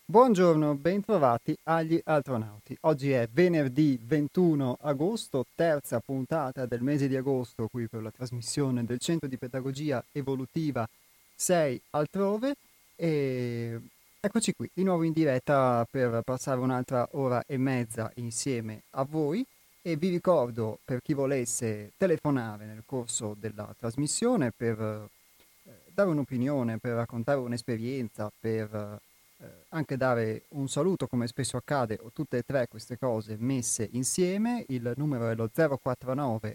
Buongiorno, bentrovati agli Astronauti. Oggi è venerdì 21 agosto, terza puntata del mese di agosto qui per la trasmissione del Centro di Pedagogia Evolutiva 6 altrove e eccoci qui di nuovo in diretta per passare un'altra ora e mezza insieme a voi e vi ricordo, per chi volesse telefonare nel corso della trasmissione per dare un'opinione, per raccontare un'esperienza, per anche dare un saluto come spesso accade, o tutte e tre queste cose messe insieme. Il numero è lo 049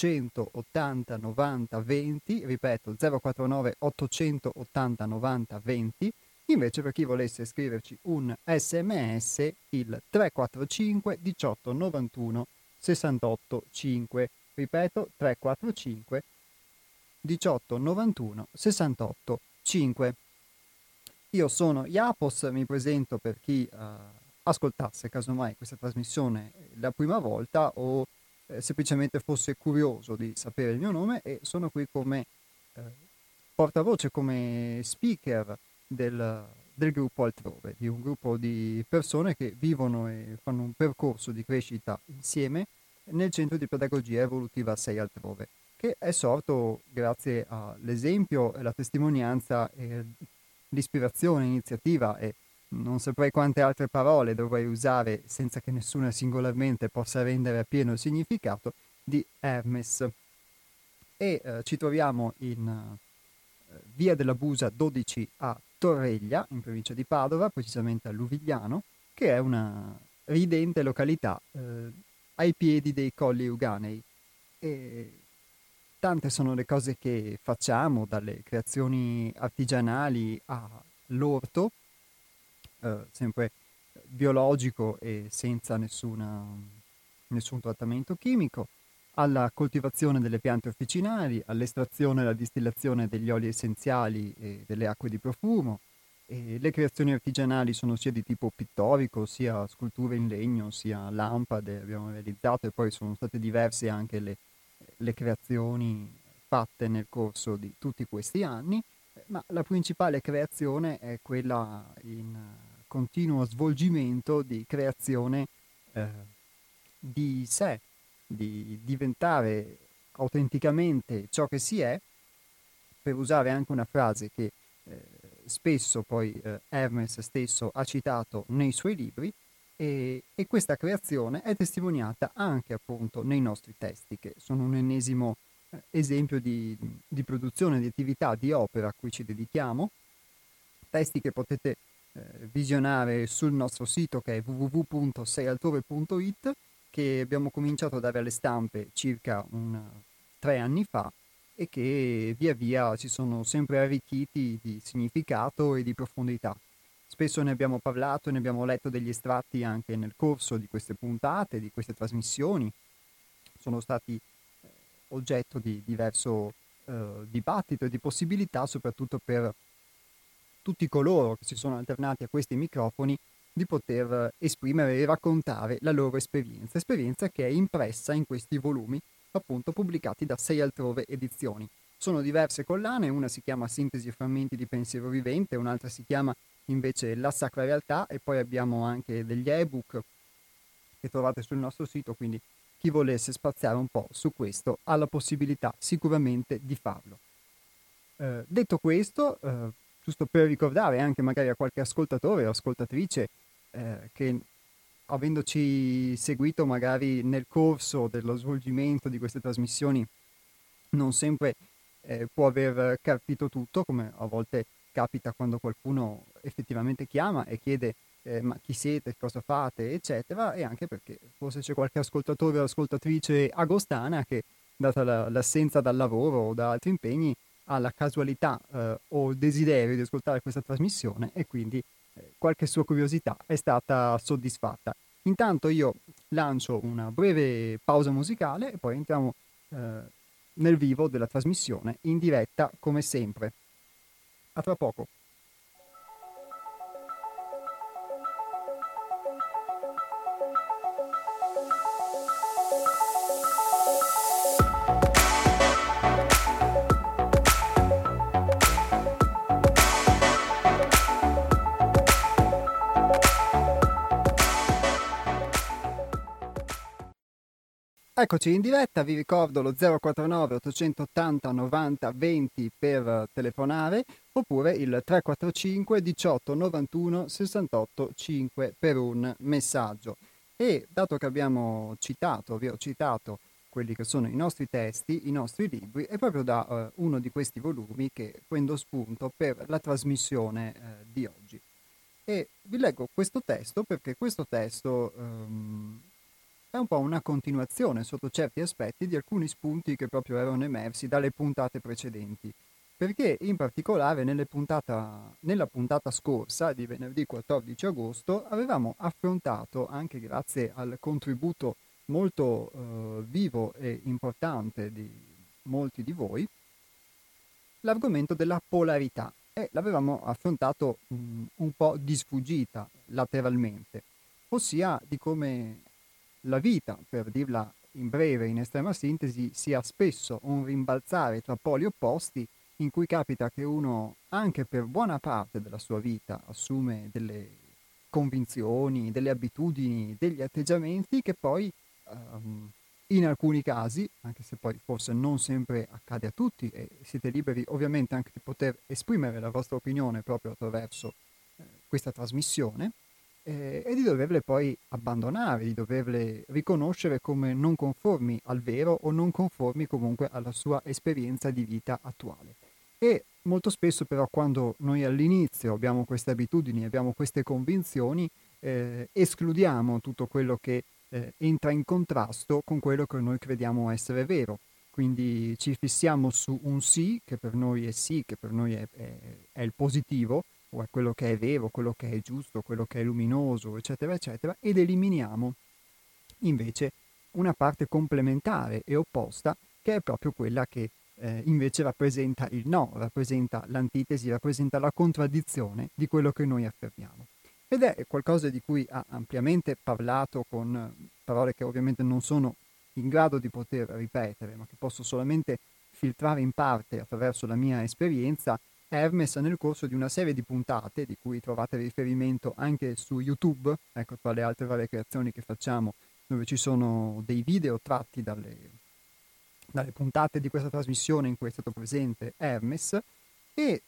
880 90 20, ripeto 049 880 90 20. Invece per chi volesse scriverci un sms il 345 18 91 68 5, ripeto 345 18 91 68 5. Io sono Iapos, mi presento per chi ascoltasse casomai questa trasmissione la prima volta o semplicemente fosse curioso di sapere il mio nome, e sono qui come portavoce, come speaker del gruppo Altrove, di un gruppo di persone che vivono e fanno un percorso di crescita insieme nel Centro di Pedagogia Evolutiva 6 Altrove, che è sorto grazie all'esempio e la testimonianza e l'ispirazione, iniziativa e non saprei quante altre parole dovrei usare senza che nessuna singolarmente possa rendere appieno il significato di Hermes. E ci troviamo in via della Busa 12 a Torreglia, in provincia di Padova, precisamente a Luvigliano, che è una ridente località ai piedi dei Colli Euganei. E tante sono le cose che facciamo, dalle creazioni artigianali all'orto, sempre biologico e senza nessun trattamento chimico, alla coltivazione delle piante officinali, all'estrazione e alla distillazione degli oli essenziali e delle acque di profumo. E le creazioni artigianali sono sia di tipo pittorico, sia sculture in legno, sia lampade abbiamo realizzato, e poi sono state diverse anche le creazioni fatte nel corso di tutti questi anni, ma la principale creazione è quella in continuo svolgimento di creazione di sé, di diventare autenticamente ciò che si è, per usare anche una frase che spesso poi Hermes stesso ha citato nei suoi libri, e questa creazione è testimoniata anche appunto nei nostri testi, che sono un ennesimo esempio di produzione, di attività, di opera a cui ci dedichiamo, testi che potete visionare sul nostro sito, che è www.seialtrove.it, che abbiamo cominciato a dare alle stampe circa 3 anni fa e che via via si sono sempre arricchiti di significato e di profondità. Spesso ne abbiamo parlato e ne abbiamo letto degli estratti anche nel corso di queste puntate, di queste trasmissioni. Sono stati oggetto di diverso dibattito e di possibilità, soprattutto per tutti coloro che si sono alternati a questi microfoni, di poter esprimere e raccontare la loro esperienza che è impressa in questi volumi, appunto pubblicati da 6 Altrove Edizioni. Sono diverse collane, una si chiama Sintesi e frammenti di pensiero vivente, un'altra si chiama invece La Sacra Realtà, e poi abbiamo anche degli ebook che trovate sul nostro sito, quindi chi volesse spaziare un po' su questo ha la possibilità sicuramente di farlo. Detto questo, giusto per ricordare anche magari a qualche ascoltatore o ascoltatrice che, avendoci seguito magari nel corso dello svolgimento di queste trasmissioni, non sempre può aver capito tutto, come a volte capita quando qualcuno effettivamente chiama e chiede ma chi siete, cosa fate, eccetera, e anche perché forse c'è qualche ascoltatore o ascoltatrice agostana che, data l'assenza dal lavoro o da altri impegni, ha la casualità o il desiderio di ascoltare questa trasmissione, e quindi qualche sua curiosità è stata soddisfatta. Intanto io lancio una breve pausa musicale e poi entriamo nel vivo della trasmissione in diretta come sempre. A tra poco. Eccoci in diretta, vi ricordo lo 049 880 90 20 per telefonare, oppure il 345 18 91 68 5 per un messaggio. E dato che abbiamo citato, vi ho citato quelli che sono i nostri testi, i nostri libri, è proprio da uno di questi volumi che prendo spunto per la trasmissione di oggi. E vi leggo questo testo perché questo testo è un po' una continuazione sotto certi aspetti di alcuni spunti che proprio erano emersi dalle puntate precedenti. Perché in particolare nella puntata scorsa di venerdì 14 agosto avevamo affrontato, anche grazie al contributo molto vivo e importante di molti di voi, l'argomento della polarità e l'avevamo affrontato un po' di sfuggita lateralmente, ossia di come la vita, per dirla in breve, in estrema sintesi, sia spesso un rimbalzare tra poli opposti in cui capita che uno, anche per buona parte della sua vita, assume delle convinzioni, delle abitudini, degli atteggiamenti che poi in alcuni casi, anche se poi forse non sempre accade a tutti e siete liberi ovviamente anche di poter esprimere la vostra opinione proprio attraverso questa trasmissione, e di doverle poi abbandonare, di doverle riconoscere come non conformi al vero o non conformi comunque alla sua esperienza di vita attuale. E molto spesso però quando noi all'inizio abbiamo queste abitudini, abbiamo queste convinzioni, escludiamo tutto quello che entra in contrasto con quello che noi crediamo essere vero. Quindi ci fissiamo su un sì, che per noi è sì, che per noi è il positivo, o è quello che è vero, quello che è giusto, quello che è luminoso, eccetera, eccetera, ed eliminiamo invece una parte complementare e opposta che è proprio quella che invece rappresenta il no, rappresenta l'antitesi, rappresenta la contraddizione di quello che noi affermiamo. Ed è qualcosa di cui ha ampiamente parlato con parole che ovviamente non sono in grado di poter ripetere, ma che posso solamente filtrare in parte attraverso la mia esperienza, Hermes nel corso di una serie di puntate, di cui trovate riferimento anche su YouTube, ecco tra le altre varie creazioni che facciamo, dove ci sono dei video tratti dalle puntate di questa trasmissione in cui è stato presente Hermes, e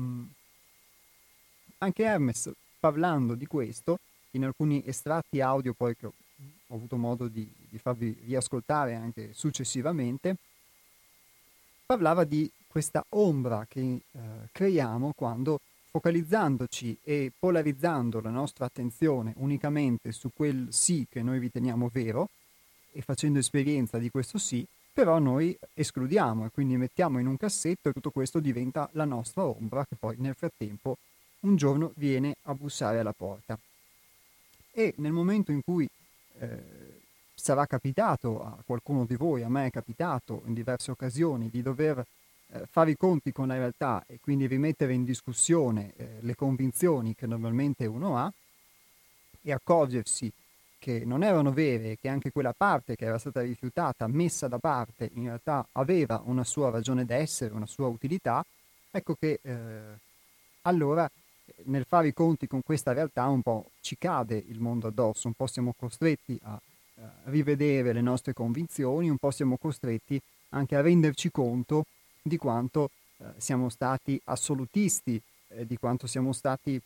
anche Hermes, parlando di questo, in alcuni estratti audio poi che ho avuto modo di farvi riascoltare anche successivamente, parlava di questa ombra che creiamo quando, focalizzandoci e polarizzando la nostra attenzione unicamente su quel sì che noi riteniamo vero e facendo esperienza di questo sì, però noi escludiamo e quindi mettiamo in un cassetto e tutto questo diventa la nostra ombra che poi nel frattempo un giorno viene a bussare alla porta. E nel momento in cui sarà capitato a qualcuno di voi, a me è capitato in diverse occasioni di dover fare i conti con la realtà e quindi rimettere in discussione le convinzioni che normalmente uno ha e accorgersi che non erano vere e che anche quella parte che era stata rifiutata, messa da parte, in realtà aveva una sua ragione d'essere, una sua utilità, ecco che allora nel fare i conti con questa realtà un po' ci cade il mondo addosso, un po' siamo costretti a rivedere le nostre convinzioni, un po' siamo costretti anche a renderci conto di quanto siamo stati assolutisti, di quanto siamo stati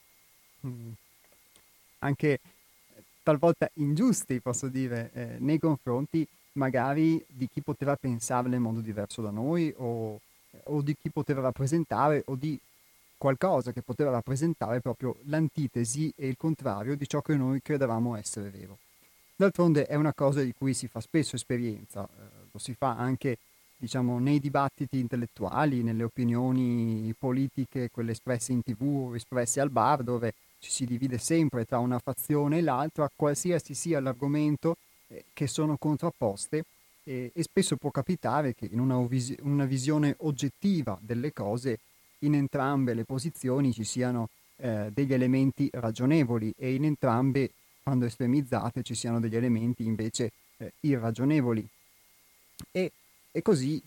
anche talvolta ingiusti, posso dire, nei confronti magari di chi poteva pensarle in modo diverso da noi o di chi poteva rappresentare o di qualcosa che poteva rappresentare proprio l'antitesi e il contrario di ciò che noi credevamo essere vero. D'altronde è una cosa di cui si fa spesso esperienza, lo si fa anche, diciamo, nei dibattiti intellettuali, nelle opinioni politiche, quelle espresse in TV o espresse al bar, dove ci si divide sempre tra una fazione e l'altra, qualsiasi sia l'argomento, che sono contrapposte, e spesso può capitare che in una visione oggettiva delle cose in entrambe le posizioni ci siano degli elementi ragionevoli e in entrambe, quando estremizzate, ci siano degli elementi invece irragionevoli. E così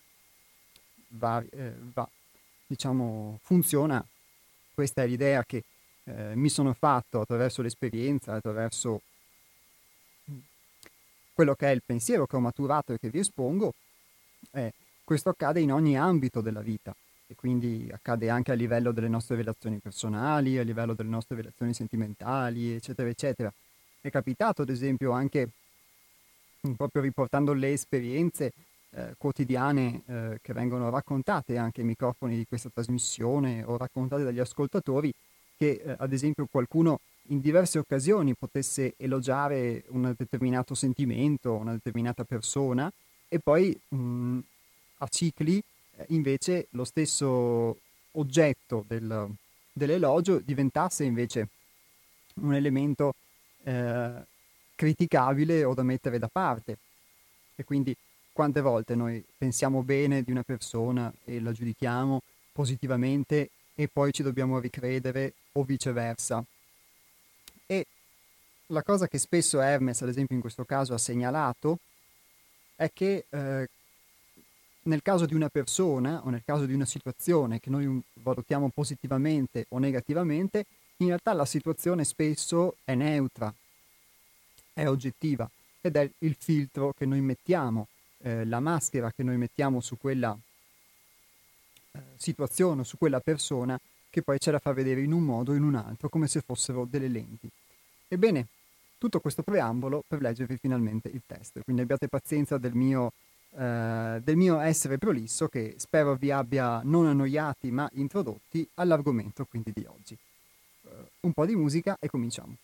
diciamo, funziona. Questa è l'idea che mi sono fatto attraverso l'esperienza, attraverso quello che è il pensiero che ho maturato e che vi espongo, questo accade in ogni ambito della vita e quindi accade anche a livello delle nostre relazioni personali, a livello delle nostre relazioni sentimentali, eccetera, eccetera. È capitato, ad esempio, anche proprio riportando le esperienze quotidiane che vengono raccontate anche ai microfoni di questa trasmissione o raccontate dagli ascoltatori, che ad esempio qualcuno in diverse occasioni potesse elogiare un determinato sentimento, una determinata persona e poi a cicli invece lo stesso oggetto dell'elogio diventasse invece un elemento criticabile o da mettere da parte. E quindi quante volte noi pensiamo bene di una persona e la giudichiamo positivamente e poi ci dobbiamo ricredere o viceversa. E la cosa che spesso Hermes, ad esempio in questo caso, ha segnalato è che nel caso di una persona o nel caso di una situazione che noi valutiamo positivamente o negativamente, in realtà la situazione spesso è neutra, è oggettiva ed è il filtro che noi mettiamo, la maschera che noi mettiamo su quella situazione, su quella persona che poi ce la fa vedere in un modo o in un altro, come se fossero delle lenti. Ebbene, tutto questo preambolo per leggervi finalmente il testo, quindi abbiate pazienza del mio essere prolisso, che spero vi abbia non annoiati ma introdotti all'argomento quindi di oggi. Un po' di musica e cominciamo.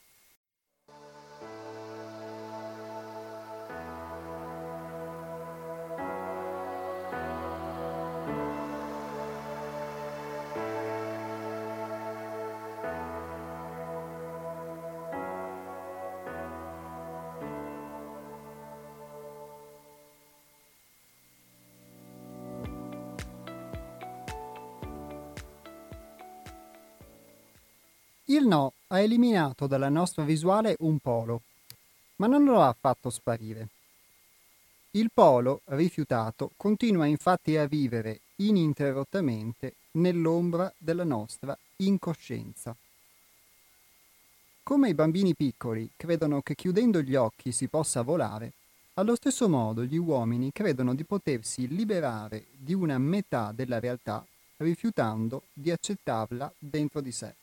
Il no ha eliminato dalla nostra visuale un polo, ma non lo ha fatto sparire. Il polo, rifiutato, continua infatti a vivere ininterrottamente nell'ombra della nostra incoscienza. Come i bambini piccoli credono che chiudendo gli occhi si possa volare, allo stesso modo gli uomini credono di potersi liberare di una metà della realtà rifiutando di accettarla dentro di sé.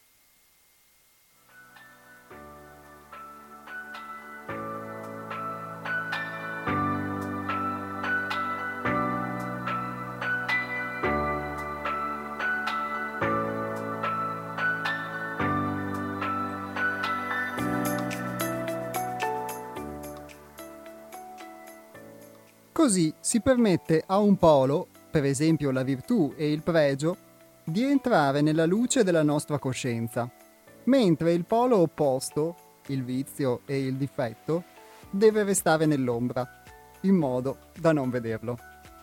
Così si permette a un polo, per esempio la virtù e il pregio, di entrare nella luce della nostra coscienza, mentre il polo opposto, il vizio e il difetto, deve restare nell'ombra, in modo da non vederlo.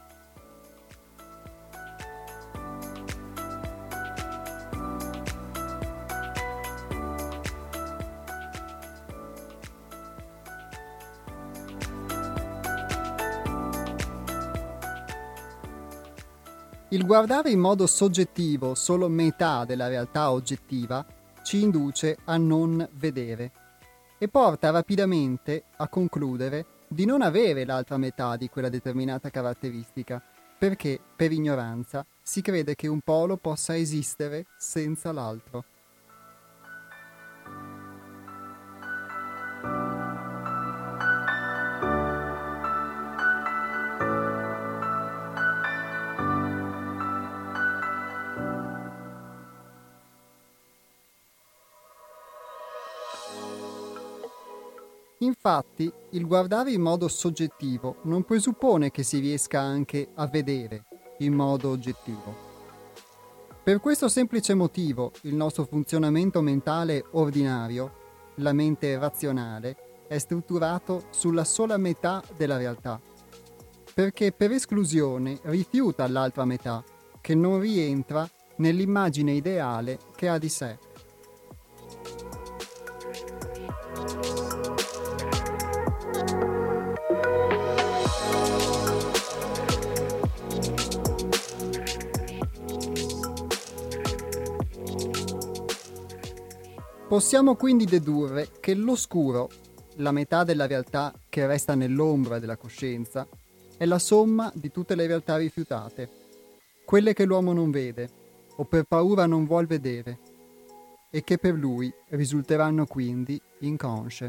Il guardare in modo soggettivo solo metà della realtà oggettiva ci induce a non vedere e porta rapidamente a concludere di non avere l'altra metà di quella determinata caratteristica, perché per ignoranza si crede che un polo possa esistere senza l'altro. Infatti, il guardare in modo soggettivo non presuppone che si riesca anche a vedere in modo oggettivo. Per questo semplice motivo, il nostro funzionamento mentale ordinario, la mente razionale, è strutturato sulla sola metà della realtà, perché per esclusione rifiuta l'altra metà, che non rientra nell'immagine ideale che ha di sé. Possiamo quindi dedurre che l'oscuro, la metà della realtà che resta nell'ombra della coscienza, è la somma di tutte le realtà rifiutate, quelle che l'uomo non vede o per paura non vuol vedere, e che per lui risulteranno quindi inconsce.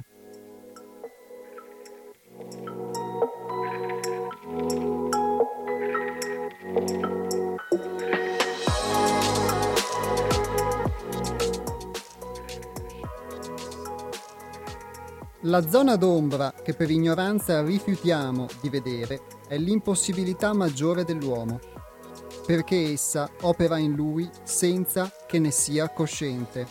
La zona d'ombra che per ignoranza rifiutiamo di vedere è l'impossibilità maggiore dell'uomo, perché essa opera in lui senza che ne sia cosciente.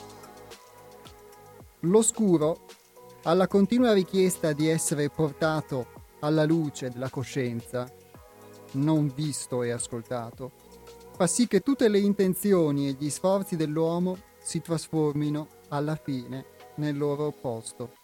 L'oscuro, alla continua richiesta di essere portato alla luce della coscienza, non visto e ascoltato, fa sì che tutte le intenzioni e gli sforzi dell'uomo si trasformino alla fine nel loro opposto.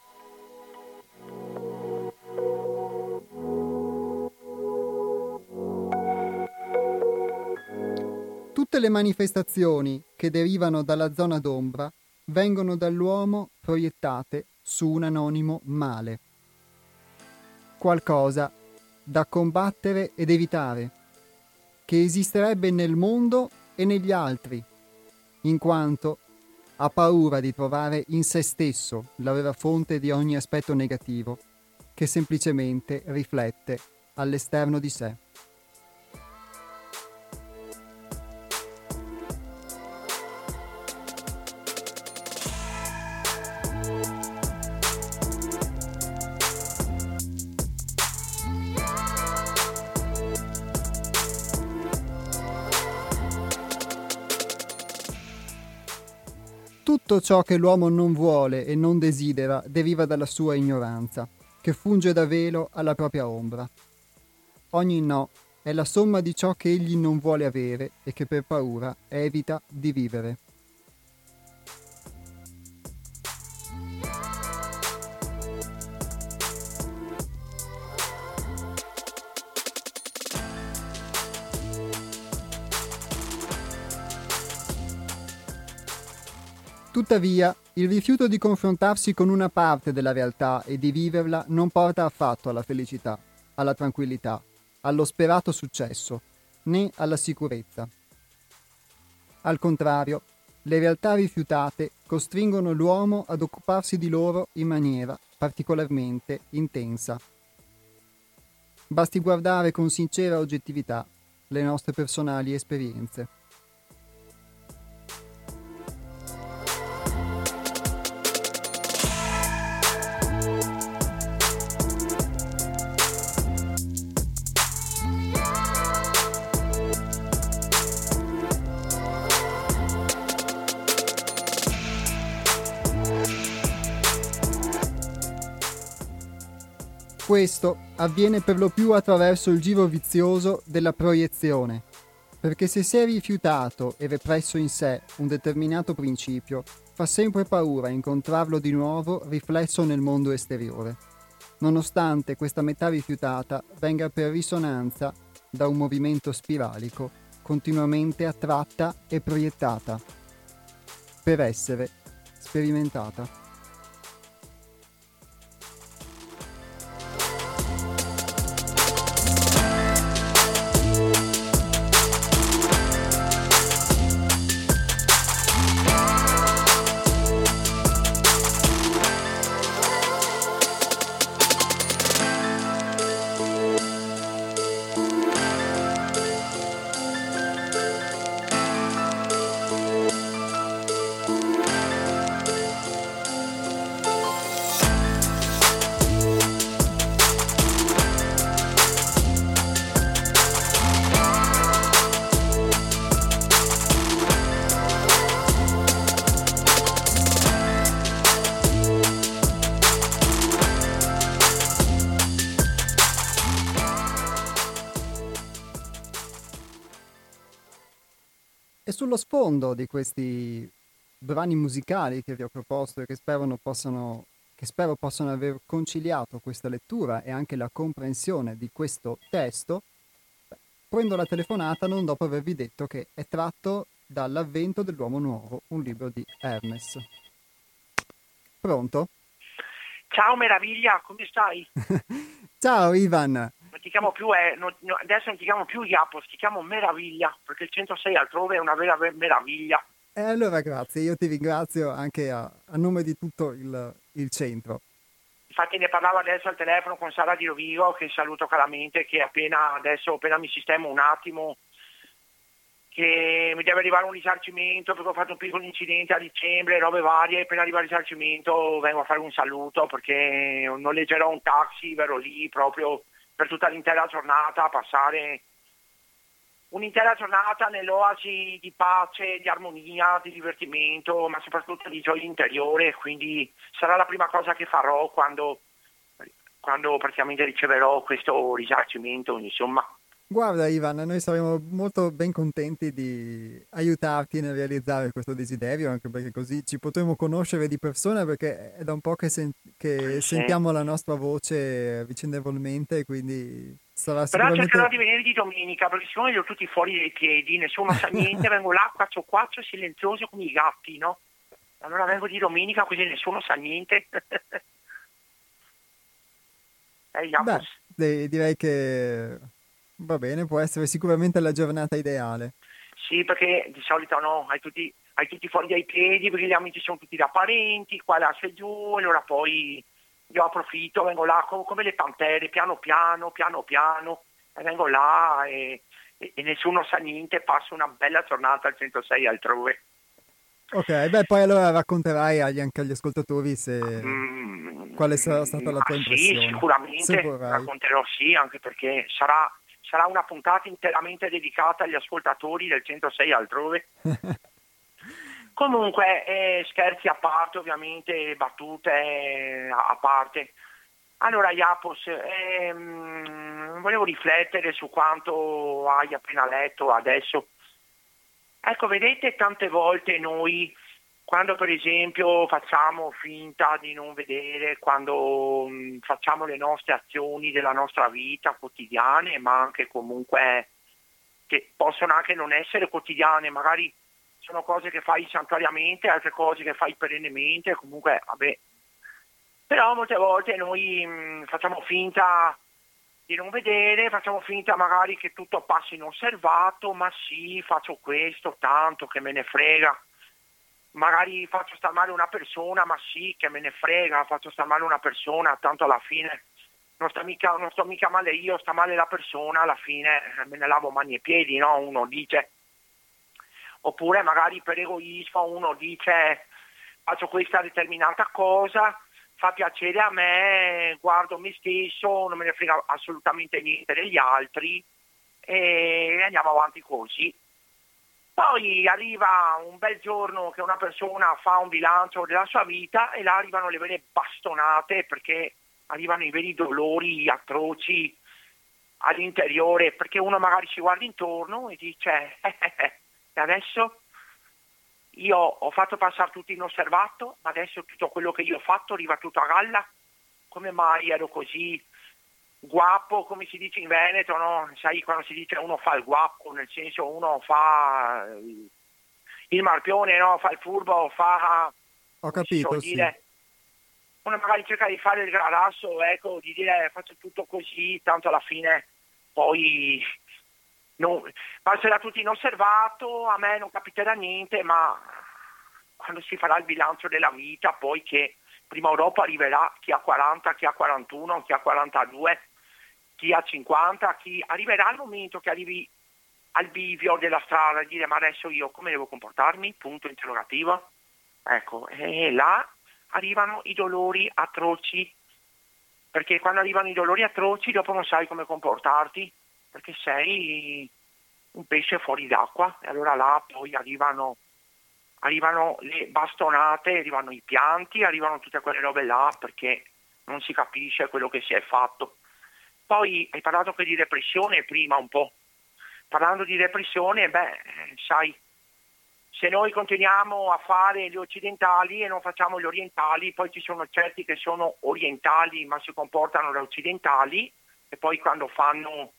Tutte le manifestazioni che derivano dalla zona d'ombra vengono dall'uomo proiettate su un anonimo male. Qualcosa da combattere ed evitare, che esisterebbe nel mondo e negli altri, in quanto ha paura di trovare in se stesso la vera fonte di ogni aspetto negativo, che semplicemente riflette all'esterno di sé. Tutto ciò che l'uomo non vuole e non desidera deriva dalla sua ignoranza, che funge da velo alla propria ombra. Ogni no è la somma di ciò che egli non vuole avere e che per paura evita di vivere. Tuttavia, il rifiuto di confrontarsi con una parte della realtà e di viverla non porta affatto alla felicità, alla tranquillità, allo sperato successo, né alla sicurezza. Al contrario, le realtà rifiutate costringono l'uomo ad occuparsi di loro in maniera particolarmente intensa. Basti guardare con sincera oggettività le nostre personali esperienze. Questo avviene per lo più attraverso il giro vizioso della proiezione, perché se si è rifiutato e represso in sé un determinato principio, fa sempre paura incontrarlo di nuovo riflesso nel mondo esteriore, nonostante questa metà rifiutata venga per risonanza da un movimento spiralico continuamente attratta e proiettata, per essere sperimentata. E sullo sfondo di questi brani musicali che vi ho proposto e che spero possano aver conciliato questa lettura e anche la comprensione di questo testo, prendo la telefonata non dopo avervi detto che è tratto dall'Avvento dell'Uomo Nuovo, un libro di Hermes. Pronto? Ciao meraviglia, come stai? Ciao Ivan. Non ti chiamo più, adesso non ti chiamo più Iapos, ti chiamo Meraviglia, perché il 106 altrove è una vera meraviglia. E allora grazie, io ti ringrazio anche a nome di tutto il centro. Infatti ne parlavo adesso al telefono con Sara Di Rovigo, che saluto caramente, che appena mi sistemo un attimo, che mi deve arrivare un risarcimento, perché ho fatto un piccolo incidente a dicembre, robe varie, appena arriva il risarcimento vengo a fare un saluto, perché noleggerò un taxi, verrò lì proprio per tutta l'intera giornata a passare un'intera giornata nell'oasi di pace, di armonia, di divertimento, ma soprattutto di gioia interiore, quindi sarà la prima cosa che farò quando praticamente riceverò questo risarcimento, insomma. Guarda Ivan, noi saremo molto ben contenti di aiutarti nel realizzare questo desiderio, anche perché così ci potremo conoscere di persona, perché è da un po' che Sì. sentiamo la nostra voce vicendevolmente, quindi sarà Però cercherò sicuramente... di venire di domenica, perché siccome li ho tutti fuori dai piedi, nessuno sa niente, vengo là, quaccio, silenzioso come i gatti, no? Allora vengo di domenica così nessuno sa niente. Beh, Japos. direi che va bene, può essere sicuramente la giornata ideale. Sì, perché di solito no, hai tutti fuori dai piedi, perché gli amici sono tutti da parenti, qua là su e giù, e allora poi io approfitto, vengo là come le pantere, piano piano, e vengo là e nessuno sa niente, passo una bella giornata al 106 altrove. Ok, beh, poi allora racconterai anche agli ascoltatori quale sarà stata la Ma tua sì, impressione, se sicuramente vorrai. racconterò sì, anche perché sarà una puntata interamente dedicata agli ascoltatori del 106 altrove. Comunque, scherzi a parte, ovviamente, battute a parte. Allora, Iapos, volevo riflettere su quanto hai appena letto adesso. Ecco, vedete, tante volte noi, quando per esempio facciamo finta di non vedere, quando facciamo le nostre azioni della nostra vita quotidiane, ma anche comunque che possono anche non essere quotidiane, magari sono cose che fai santuariamente, altre cose che fai perennemente, comunque, vabbè. Però molte volte noi facciamo finta di non vedere, facciamo finta magari che tutto passi inosservato, ma sì, faccio questo, tanto che me ne frega. Magari faccio star male una persona, ma sì, che me ne frega, faccio star male una persona, tanto alla fine non sto mica male io, sta male la persona, alla fine me ne lavo mani e piedi, no? Uno dice. Oppure magari per egoismo uno dice faccio questa determinata cosa, fa piacere a me, guardo me stesso, non me ne frega assolutamente niente degli altri e andiamo avanti così. Poi arriva un bel giorno che una persona fa un bilancio della sua vita e là arrivano le vere bastonate perché arrivano i veri dolori atroci all'interiore perché uno magari si guarda intorno e dice e adesso io ho fatto passare tutto inosservato, ma adesso tutto quello che io ho fatto arriva tutto a galla. Come mai ero così guappo, come si dice in Veneto, no? Sai quando si dice uno fa il guappo, nel senso uno fa il marpione, no? Fa il furbo, fa, Ho come si suol capito, sì. dire, uno magari cerca di fare il gradasso, ecco, di dire faccio tutto così, tanto alla fine poi passerà tutto inosservato, a me non capiterà niente, ma quando si farà il bilancio della vita, poi che prima o dopo arriverà chi ha 40, chi ha 41, chi ha 42, chi ha 50, chi arriverà il momento che arrivi al bivio della strada e dire ma adesso io come devo comportarmi? Punto interrogativo. Ecco, e là arrivano i dolori atroci, perché quando arrivano i dolori atroci dopo non sai come comportarti, perché sei un pesce fuori d'acqua e allora là poi arrivano le bastonate, arrivano i pianti, arrivano tutte quelle robe là perché non si capisce quello che si è fatto. Poi hai parlato anche di depressione prima un po'. Parlando di depressione, sai, se noi continuiamo a fare gli occidentali e non facciamo gli orientali, poi ci sono certi che sono orientali ma si comportano da occidentali e poi quando fanno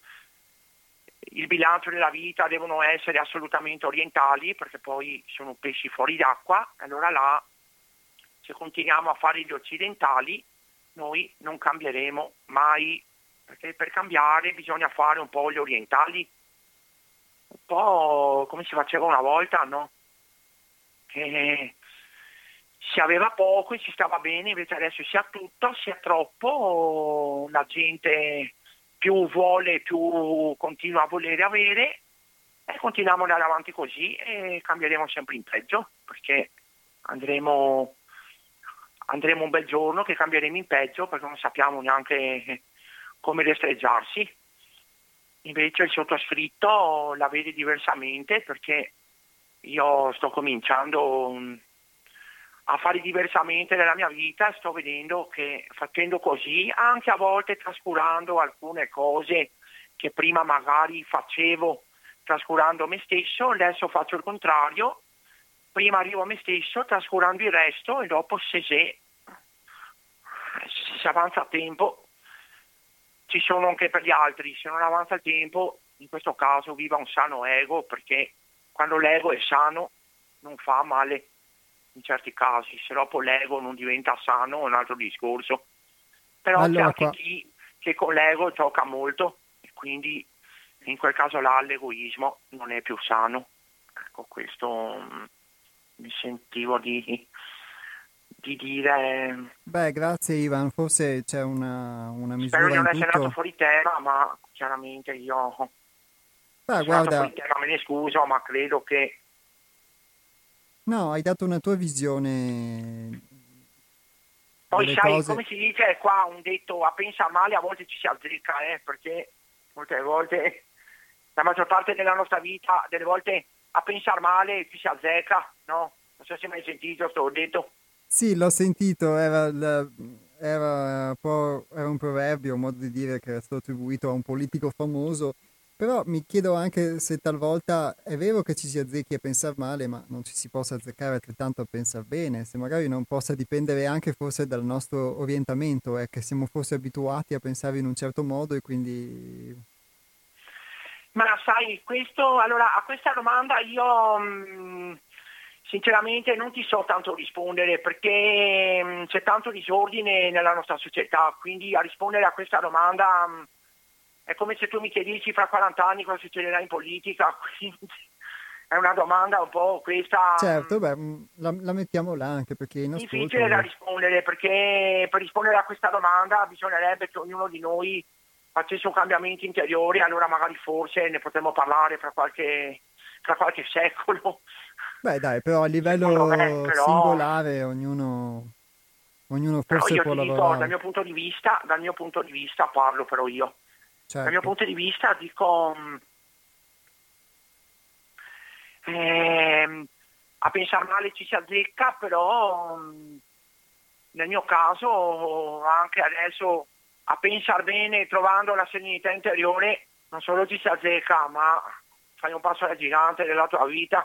il bilancio della vita devono essere assolutamente orientali perché poi sono pesci fuori d'acqua, allora là se continuiamo a fare gli occidentali noi non cambieremo mai, perché per cambiare bisogna fare un po' gli orientali, un po' come si faceva una volta, no? Che si aveva poco e si stava bene, invece adesso si ha tutto, si ha troppo, la gente più vuole, più continua a volere avere, e continuiamo ad andare avanti così e cambieremo sempre in peggio, perché andremo un bel giorno che cambieremo in peggio, perché non sappiamo neanche come destreggiarsi. Invece il sottoscritto la vede diversamente, perché io sto cominciando a fare diversamente nella mia vita e sto vedendo che facendo così, anche a volte trascurando alcune cose che prima magari facevo trascurando me stesso, adesso faccio il contrario, prima arrivo a me stesso trascurando il resto e dopo se si avanza il tempo ci sono anche per gli altri, se non avanza il tempo in questo caso viva un sano ego, perché quando l'ego è sano non fa male in certi casi, se dopo l'ego non diventa sano è un altro discorso, però c'è anche chi che con l'ego gioca molto e quindi in quel caso là l'egoismo non è più sano. Ecco, questo mi sentivo di dire. Beh, grazie Ivan, forse c'è una Spero misura di in non essere andato tutto. fuori tema, ma chiaramente io Beh, sono andato guarda, fuori tema, me ne scuso, ma credo che. no, hai dato una tua visione Poi delle sai, cose. come si dice qua, un detto a pensare male a volte ci si azzecca, perché molte volte, la maggior parte della nostra vita, delle volte a pensare male ci si azzecca, no? Non so se mai sentito sto detto. Sì, l'ho sentito, era un proverbio, un modo di dire che era stato attribuito a un politico famoso, però mi chiedo anche se talvolta è vero che ci si azzecchi a pensare male, ma non ci si possa azzeccare altrettanto a pensare bene, se magari non possa dipendere anche forse dal nostro orientamento, è che siamo forse abituati a pensare in un certo modo e quindi. Ma sai, allora, a questa domanda io sinceramente non ti so tanto rispondere, perché c'è tanto disordine nella nostra società, quindi a rispondere a questa domanda è come se tu mi chiedessi fra 40 anni cosa succederà in politica, quindi è una domanda un po' questa Certo, beh, la mettiamo là anche perché in difficile da ascolto. rispondere, perché per rispondere a questa domanda bisognerebbe che ognuno di noi facesse un cambiamento interiore, allora magari forse ne potremmo parlare fra qualche secolo. Beh, dai, però a Secondo me, livello però, singolare ognuno però forse io può ti dico, dal lavorare. mio punto di vista parlo però io. Dal mio Certo. punto di vista dico, a pensare male ci si azzecca, però nel mio caso anche adesso a pensare bene, trovando la serenità interiore, non solo ci si azzecca, ma fai un passo da gigante della tua vita.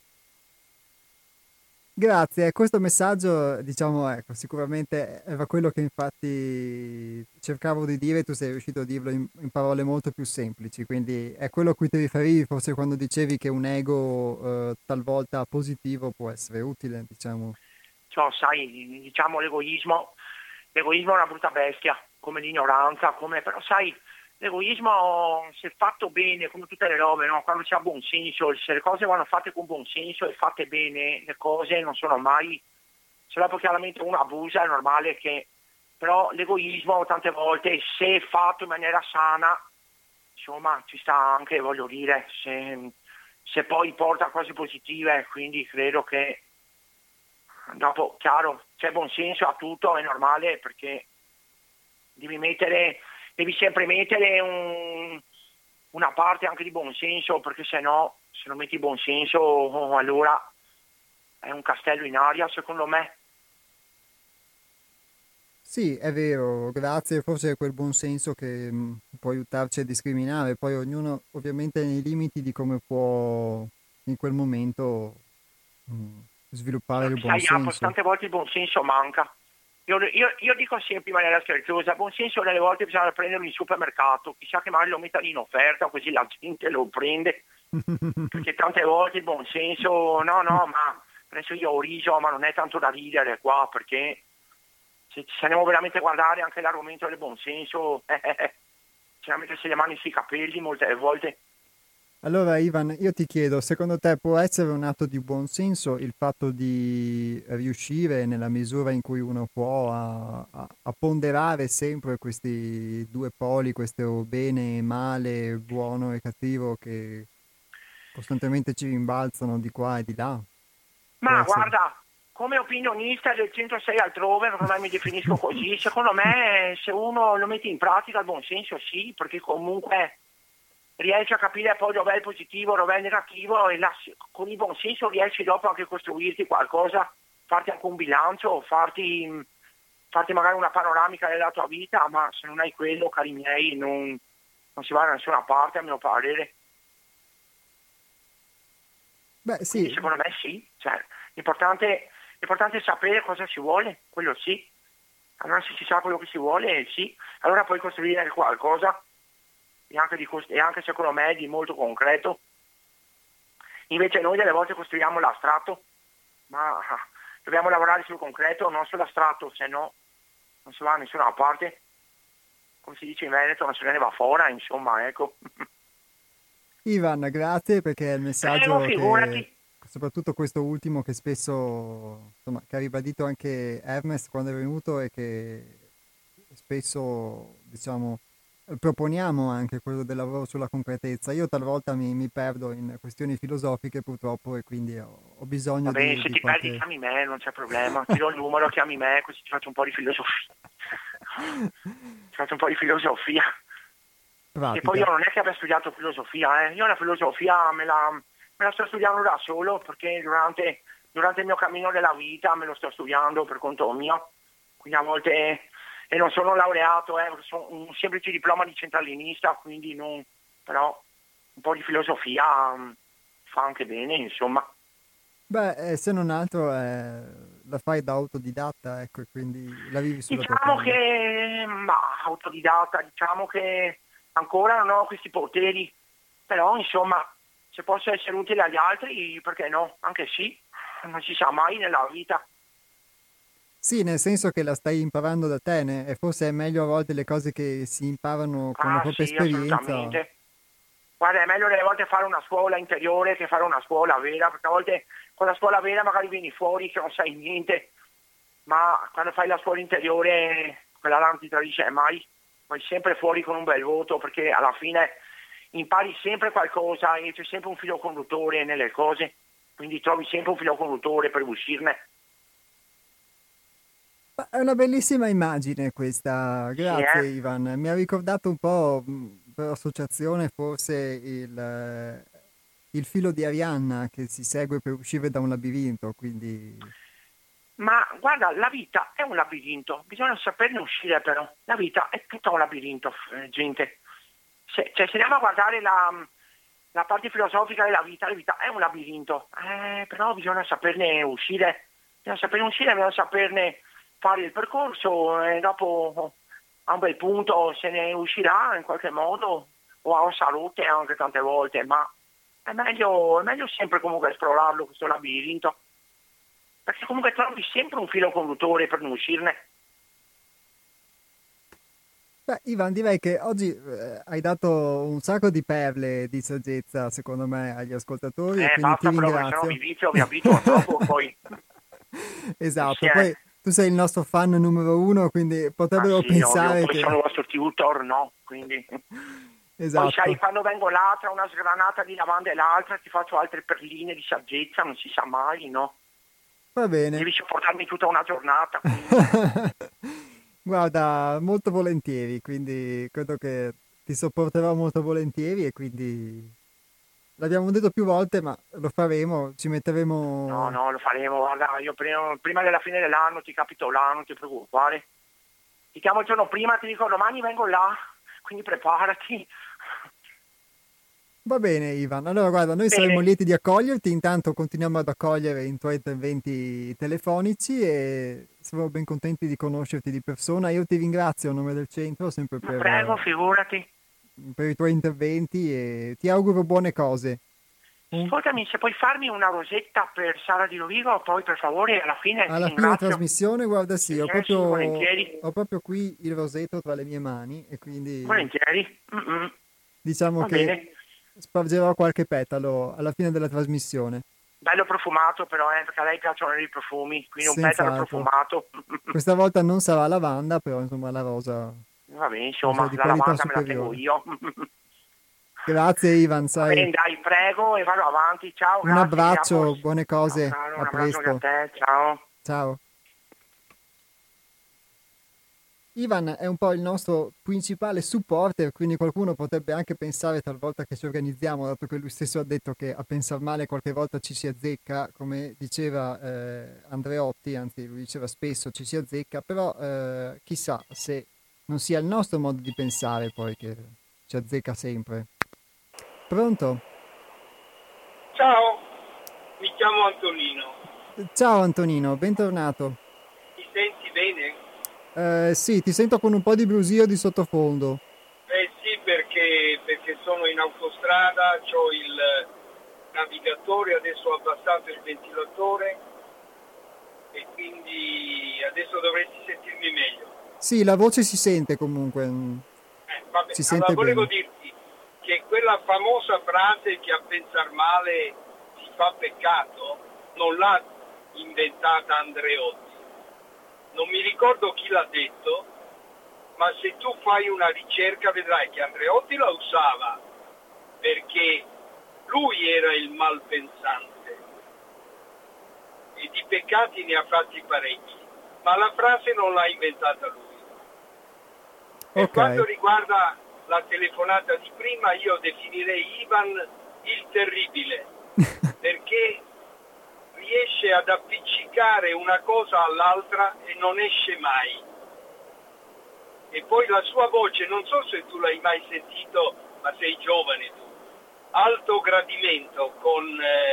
Grazie, questo messaggio, diciamo, ecco, sicuramente era quello che infatti cercavo di dire, tu sei riuscito a dirlo in parole molto più semplici, quindi è quello a cui ti riferivi forse quando dicevi che un ego talvolta positivo può essere utile, diciamo. Cioè, sai, diciamo l'egoismo è una brutta bestia, come l'ignoranza, però sai, l'egoismo se fatto bene, come tutte le robe, no? Quando c'è buon senso, se le cose vanno fatte con buon senso e fatte bene, le cose non sono mai, se dopo chiaramente uno abusa è normale che, però l'egoismo tante volte se fatto in maniera sana, insomma ci sta anche, voglio dire, se poi porta a cose positive, quindi credo che dopo, chiaro, c'è buon senso a tutto, è normale perché devi sempre mettere una parte anche di buon senso, perché se no, se non metti buon senso, allora è un castello in aria, secondo me. Sì, è vero, grazie, forse è quel buon senso che può aiutarci a discriminare, poi ognuno ovviamente nei limiti di come può in quel momento mh, sviluppare il buon Sai, Apos, senso. tante volte il buon senso manca. Io dico sempre in maniera scherzosa, buon senso delle volte bisogna prenderlo in supermercato, chissà che magari lo mettano in offerta, così la gente lo prende, perché tante volte il buon senso, no, ma adesso io ho riso, ma non è tanto da ridere qua, perché se ci andiamo veramente a guardare anche l'argomento del buonsenso, ci andiamo a mettersi le mani sui capelli molte volte. Allora Ivan, io ti chiedo, secondo te può essere un atto di buon senso il fatto di riuscire nella misura in cui uno può a ponderare sempre questi due poli, questo bene e male, buono e cattivo che costantemente ci rimbalzano di qua e di là? Può Ma essere. guarda, come opinionista del 106 altrove, perché ormai mi definisco così, secondo me se uno lo mette in pratica il buonsenso sì, perché comunque riesci a capire poi dov'è il positivo, dov'è il negativo e con il buonsenso riesci dopo anche a costruirti qualcosa, farti anche un bilancio, farti magari una panoramica della tua vita, ma se non hai quello, cari miei, non si va da nessuna parte a mio parere. Beh Quindi sì, secondo me sì, cioè, l'importante è sapere cosa si vuole, quello sì. Allora se si sa quello che si vuole, sì, allora puoi costruire qualcosa e anche, e anche secondo me di molto concreto. Invece noi delle volte costruiamo l'astratto, ma dobbiamo lavorare sul concreto, non sull'astratto, se no non si va da nessuna parte. Come si dice in Veneto, non se ne va fuori, insomma, ecco. Ivan, grazie perché è il Prego, messaggio che, figurati. soprattutto questo ultimo che spesso, insomma, che ha ribadito anche Ernest quando è venuto e che spesso, diciamo, proponiamo anche quello del lavoro sulla concretezza. Io talvolta mi perdo in questioni filosofiche purtroppo e quindi ho Va bisogno bene, se di ti perdi qualche... chiami me, non c'è problema. Ti do il numero, chiami me, così ti faccio un po' di filosofia. Ti faccio un po' di filosofia. E poi io pratica. non è che abbia studiato filosofia, Io la filosofia me la sto studiando da solo perché durante il mio cammino della vita me lo sto studiando per conto mio. Quindi a volte, e non sono laureato, sono un semplice diploma di centralinista, quindi non, però un po' di filosofia fa anche bene, insomma. Beh, se non altro la fai da autodidatta, ecco, e quindi la vivi sulla tua Diciamo pelle. che, ma autodidatta, diciamo che ancora non ho questi poteri, però insomma, se posso essere utile agli altri, perché no? Anche sì, non si sa mai nella vita. Sì, nel senso che la stai imparando da te, e forse è meglio a volte le cose che si imparano con la Ah propria sì, esperienza. assolutamente. Guarda, è meglio delle volte fare una scuola interiore che fare una scuola vera, perché a volte con la scuola vera magari vieni fuori che non sai niente, ma quando fai la scuola interiore, quella là non ti tradisce mai, vai sempre fuori con un bel voto, perché alla fine impari sempre qualcosa e c'è sempre un filo conduttore nelle cose, quindi trovi sempre un filo conduttore per uscirne. Ma è una bellissima immagine questa, Sì, grazie Ivan. Mi ha ricordato un po' per associazione forse il filo di Arianna che si segue per uscire da un labirinto, quindi Ma guarda, la vita è un labirinto, bisogna saperne uscire però. La vita è tutta un labirinto, gente. Se andiamo a guardare la parte filosofica della vita, la vita è un labirinto, però bisogna saperne uscire, bisogna saperne fare il percorso e dopo a un bel punto se ne uscirà in qualche modo o a salute anche tante volte, ma è meglio sempre comunque esplorarlo questo labirinto, perché comunque trovi sempre un filo conduttore per non uscirne. beh, Ivan, direi che oggi hai dato un sacco di perle di saggezza, secondo me, agli ascoltatori e quindi ti Basta però che se no ringrazio. mi vizio, mi abituo troppo, poi sì, Esatto, poi tu sei il nostro fan numero uno, quindi ah potrebbero sì, ovvio, pensare poi sono che... il vostro tutor, no? Quindi poi sai, Esatto, quando vengo là tra una sgranata di lavanda e l'altra ti faccio altre perline di saggezza, non si sa mai, no? va bene. Devi sopportarmi tutta una giornata, quindi Guarda, molto volentieri, quindi credo che ti sopporterò molto volentieri e quindi l'abbiamo detto più volte, ma lo faremo, ci no, metteremo... no, lo faremo, guarda, io prima della fine dell'anno ti capito là, non ti preoccupare. Ti chiamo il giorno prima, ti dico domani vengo là, quindi preparati. Va bene, Ivan. Allora, guarda, noi saremo Bene, lieti di accoglierti, intanto continuiamo ad accogliere i tuoi interventi telefonici e siamo ben contenti di conoscerti di persona. Io ti ringrazio a nome del centro sempre ma prego, figurati. per i tuoi interventi e ti auguro buone cose. Ascoltami, se puoi farmi una rosetta per Sara di Rovigo, poi per favore, alla fine ti Alla fine ringrazio. trasmissione, guarda sì, Sì, volentieri. ho proprio qui il roseto tra le mie mani e quindi Volentieri. diciamo Va che bene. spargerò qualche petalo alla fine della trasmissione. Bello profumato però, perché a lei piacciono i profumi, quindi un petalo Senz'altro. profumato. Questa volta non sarà lavanda, però insomma la Va bene, rosa insomma, di la qualità lavanda me la tengo superiore. io. Grazie Ivan, Va sai. bene, dai, prego e vado avanti. Ciao, Un grazie, abbraccio, Iapos. buone Ciao, cose, caro, a un abbraccio anche a presto. te, ciao. Ciao. Ivan è un po' il nostro principale supporter, quindi qualcuno potrebbe anche pensare talvolta che ci organizziamo, dato che lui stesso ha detto che a pensar male qualche volta ci si azzecca, come diceva Andreotti, anzi lui diceva spesso ci si azzecca, però chissà se non sia il nostro modo di pensare poi che ci azzecca sempre. Pronto? Ciao, mi chiamo Antonino. Ciao Antonino, bentornato. Mi senti bene? Sì, ti sento con un po' di brusio di sottofondo. Eh sì, perché sono in autostrada, ho il navigatore, adesso ho abbassato il ventilatore e quindi adesso dovresti sentirmi meglio. Sì, la voce si sente comunque, Vabbè, si allora sente volevo bene. dirti che quella famosa frase che a pensar male si fa peccato non l'ha inventata Andreotti. Non mi ricordo chi l'ha detto, ma se tu fai una ricerca vedrai che Andreotti la usava perché lui era il malpensante e di peccati ne ha fatti parecchi, ma la frase non l'ha inventata lui. Per quanto Ok, riguarda la telefonata di prima, io definirei Ivan il terribile, perché riesce ad appiccicare una cosa all'altra e non esce mai. E poi la sua voce, non so se tu l'hai mai sentito, ma sei giovane tu, Alto Gradimento con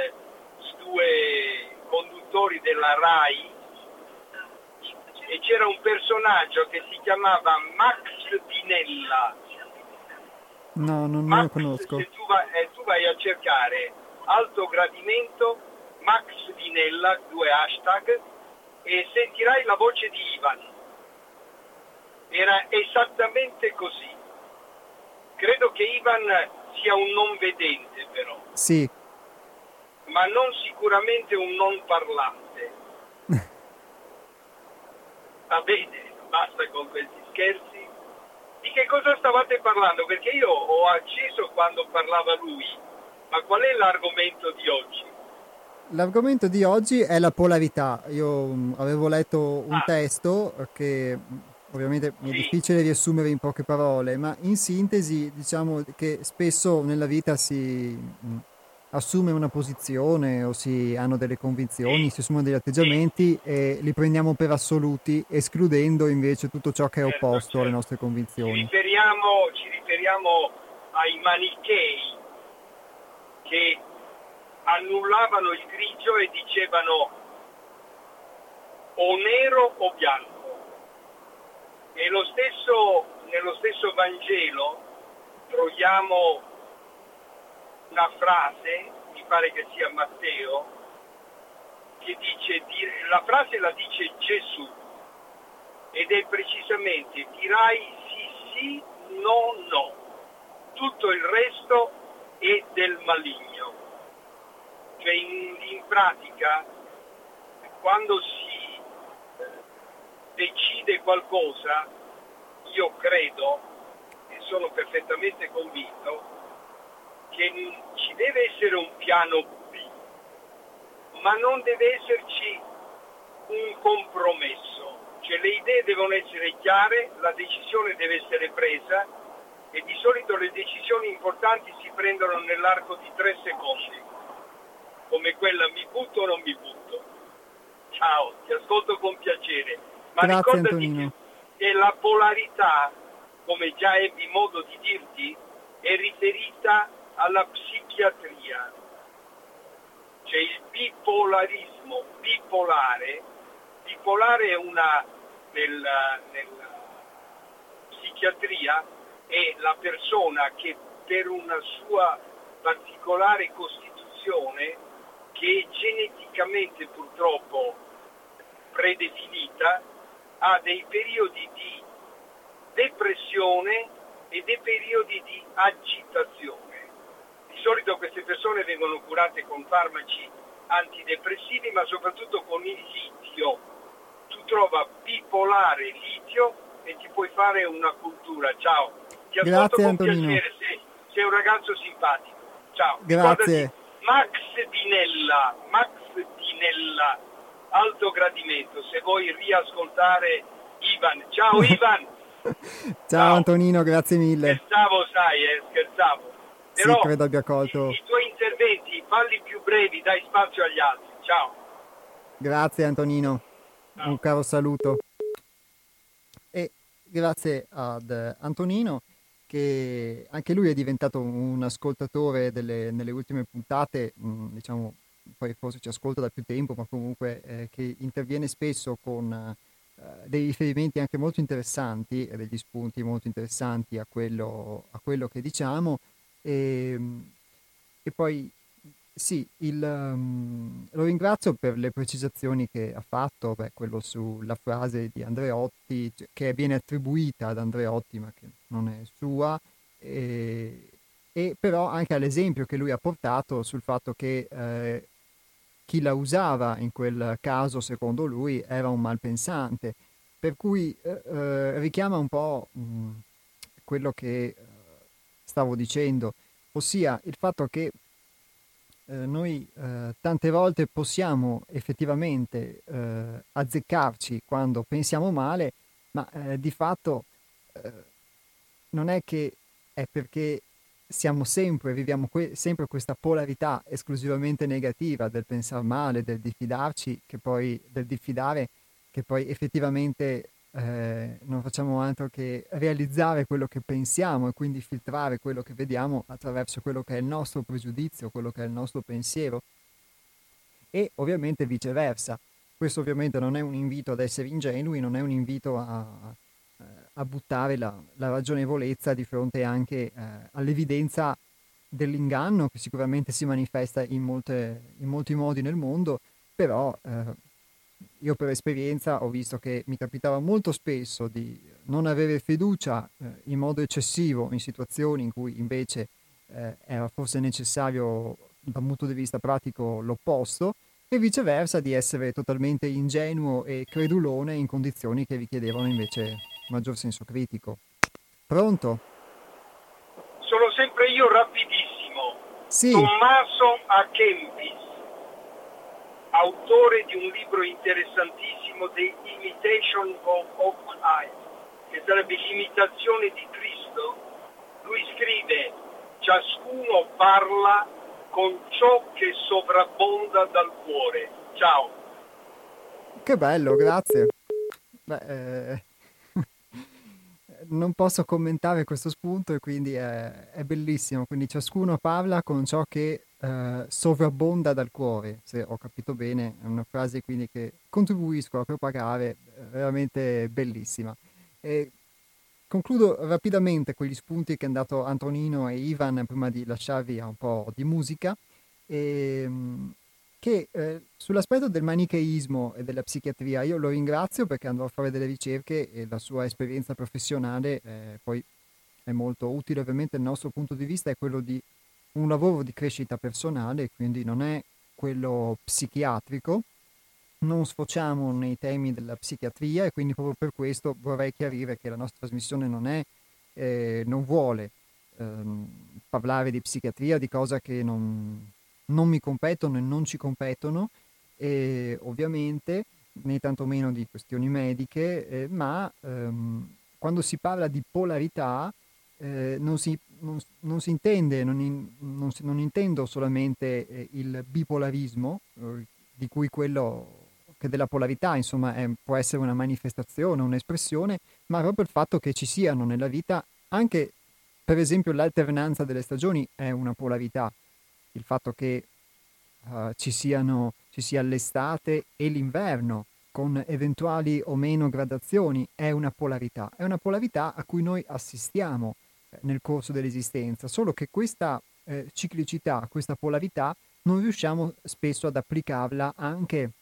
due conduttori della RAI, e c'era un personaggio che si chiamava Max Dinella. no, non lo Max, conosco. se tu vai a cercare Alto Gradimento, Max Dinella, 2 hashtag, e sentirai la voce di Ivan. Era esattamente così. Credo che Ivan sia un non vedente però, Sì, ma non sicuramente un non parlante. Va bene, basta con questi scherzi. Di che cosa stavate parlando? Perché io ho acceso quando parlava lui, ma qual è l'argomento di oggi? l'argomento di oggi è la polarità. Io avevo letto un Ah, testo che ovviamente mi è sì, difficile riassumere in poche parole, ma in sintesi diciamo che spesso nella vita si assume una posizione o si hanno delle convinzioni, sì, si assumono degli sì, atteggiamenti e li prendiamo per assoluti, escludendo invece tutto ciò che è certo, opposto alle certo. nostre Ci convinzioni. riferiamo, ci riferiamo ai manichei che annullavano il grigio e dicevano o nero o bianco. E nello stesso Vangelo troviamo una frase, mi pare che sia Matteo, che dice, la frase la dice Gesù, ed è precisamente dirai sì sì, no no, tutto il resto è del maligno. Cioè in pratica quando si decide qualcosa, io credo e sono perfettamente convinto che ci deve essere un piano B, ma non deve esserci un compromesso, cioè le idee devono essere chiare, la decisione deve essere presa e di solito le decisioni importanti si prendono nell'arco di 3 secondi, come quella mi butto o non mi butto. Ciao, ti ascolto con piacere, ma Grazie ricordati Antonino. che la polarità, come già ebbi modo di dirti, è riferita alla psichiatria. Cioè il bipolarismo, bipolare è una, nella psichiatria, è la persona che per una sua particolare costituzione popolazione che geneticamente purtroppo predefinita ha dei periodi di depressione e dei periodi di agitazione. Di solito queste persone vengono curate con farmaci antidepressivi, ma soprattutto con il litio. Tu trova bipolare litio e ti puoi fare una cultura. Ciao, ti ascolto. Grazie, con Antonino. piacere, sei un ragazzo simpatico. Ciao. Grazie. Ricordati, Max Dinella, alto gradimento, se vuoi riascoltare Ivan. Ciao Ivan. Ciao Antonino, grazie mille. Scherzavo. Però sì, credo abbia colto. I tuoi interventi, falli più brevi, dai spazio agli altri. Ciao. Grazie Antonino, Ciao. Un caro saluto. E grazie ad Antonino, che anche lui è diventato un ascoltatore nelle ultime puntate, diciamo, poi forse ci ascolta da più tempo, ma comunque che interviene spesso con dei riferimenti anche molto interessanti e degli spunti molto interessanti a quello che diciamo. E poi sì, lo ringrazio per le precisazioni che ha fatto, quello sulla frase di Andreotti, che viene attribuita ad Andreotti ma che non è sua, e però anche all'esempio che lui ha portato sul fatto che chi la usava in quel caso, secondo lui, era un malpensante, per cui richiama un po' quello che stavo dicendo, ossia il fatto che noi tante volte possiamo effettivamente azzeccarci quando pensiamo male, ma di fatto non è che è perché viviamo sempre questa polarità esclusivamente negativa del pensare male, del diffidarci, del diffidare, che poi effettivamente non facciamo altro che realizzare quello che pensiamo e quindi filtrare quello che vediamo attraverso quello che è il nostro pregiudizio, quello che è il nostro pensiero, e ovviamente viceversa. Questo ovviamente non è un invito ad essere ingenui, non è un invito a buttare la ragionevolezza di fronte anche all'evidenza dell'inganno, che sicuramente si manifesta in molti modi nel mondo, però io per esperienza ho visto che mi capitava molto spesso di non avere fiducia in modo eccessivo in situazioni in cui invece era forse necessario da un punto di vista pratico l'opposto, e viceversa di essere totalmente ingenuo e credulone in condizioni che richiedevano invece maggior senso critico. Pronto? Sono sempre io, rapidissimo. Sì. Tommaso A. Kempis, autore di un libro interessantissimo, The Imitation of Christ, che sarebbe l'imitazione di Cristo. Lui scrive: ciascuno parla con ciò che sovrabbonda dal cuore. Ciao. Che bello, grazie. Non posso commentare questo spunto e quindi è bellissimo. Quindi ciascuno parla con ciò che sovrabbonda dal cuore, se ho capito bene. È una frase quindi che contribuisco a propagare, veramente bellissima. E concludo rapidamente quegli spunti che hanno dato Antonino e Ivan prima di lasciarvi a un po' di musica, che sull'aspetto del manicheismo e della psichiatria io lo ringrazio perché andrò a fare delle ricerche e la sua esperienza professionale poi è molto utile. Ovviamente il nostro punto di vista è quello di un lavoro di crescita personale, quindi non è quello psichiatrico, non sfociamo nei temi della psichiatria e quindi proprio per questo vorrei chiarire che la nostra trasmissione non vuole parlare di psichiatria, di cose che non mi competono e non ci competono, e ovviamente né tantomeno di questioni mediche, ma quando si parla di polarità non si intende, non intendo solamente il bipolarismo, di cui quello che della polarità, insomma, può essere una manifestazione, un'espressione, ma proprio il fatto che ci siano nella vita anche, per esempio, l'alternanza delle stagioni è una polarità. Il fatto che ci sia l'estate e l'inverno con eventuali o meno gradazioni è una polarità a cui noi assistiamo nel corso dell'esistenza, solo che questa ciclicità, questa polarità non riusciamo spesso ad applicarla anche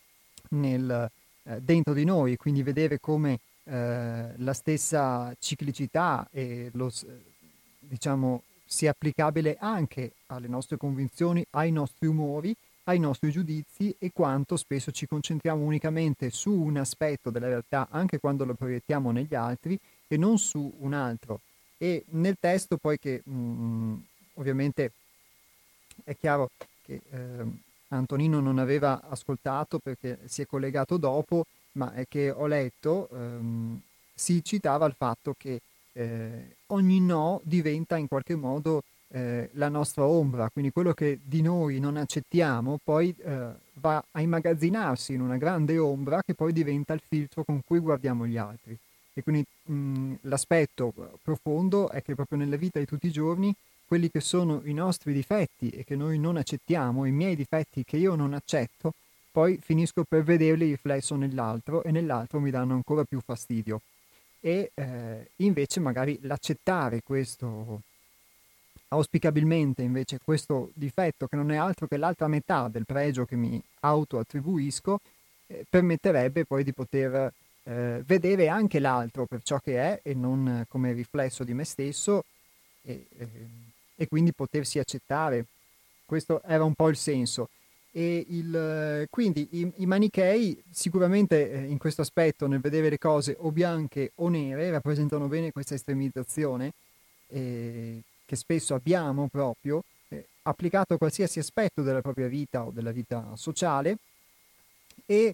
dentro di noi, quindi vedere come la stessa ciclicità e diciamo, sia applicabile anche alle nostre convinzioni, ai nostri umori, ai nostri giudizi, e quanto spesso ci concentriamo unicamente su un aspetto della realtà anche quando lo proiettiamo negli altri e non su un altro. E nel testo poi che ovviamente è chiaro che Antonino non aveva ascoltato perché si è collegato dopo, ma è che ho letto, si citava il fatto che ogni no diventa in qualche modo la nostra ombra, quindi quello che di noi non accettiamo poi va a immagazzinarsi in una grande ombra che poi diventa il filtro con cui guardiamo gli altri. E quindi l'aspetto profondo è che proprio nella vita di tutti i giorni quelli che sono i nostri difetti e che noi non accettiamo, i miei difetti che io non accetto, poi finisco per vederli riflesso nell'altro e nell'altro mi danno ancora più fastidio. E invece magari l'accettare questo, auspicabilmente invece questo difetto, che non è altro che l'altra metà del pregio che mi autoattribuisco, permetterebbe poi di poter vedere anche l'altro per ciò che è e non come riflesso di me stesso, e, e quindi potersi accettare. Questo era un po' il senso. E quindi i manichei sicuramente in questo aspetto, nel vedere le cose o bianche o nere, rappresentano bene questa estremizzazione che spesso abbiamo proprio applicato a qualsiasi aspetto della propria vita o della vita sociale. E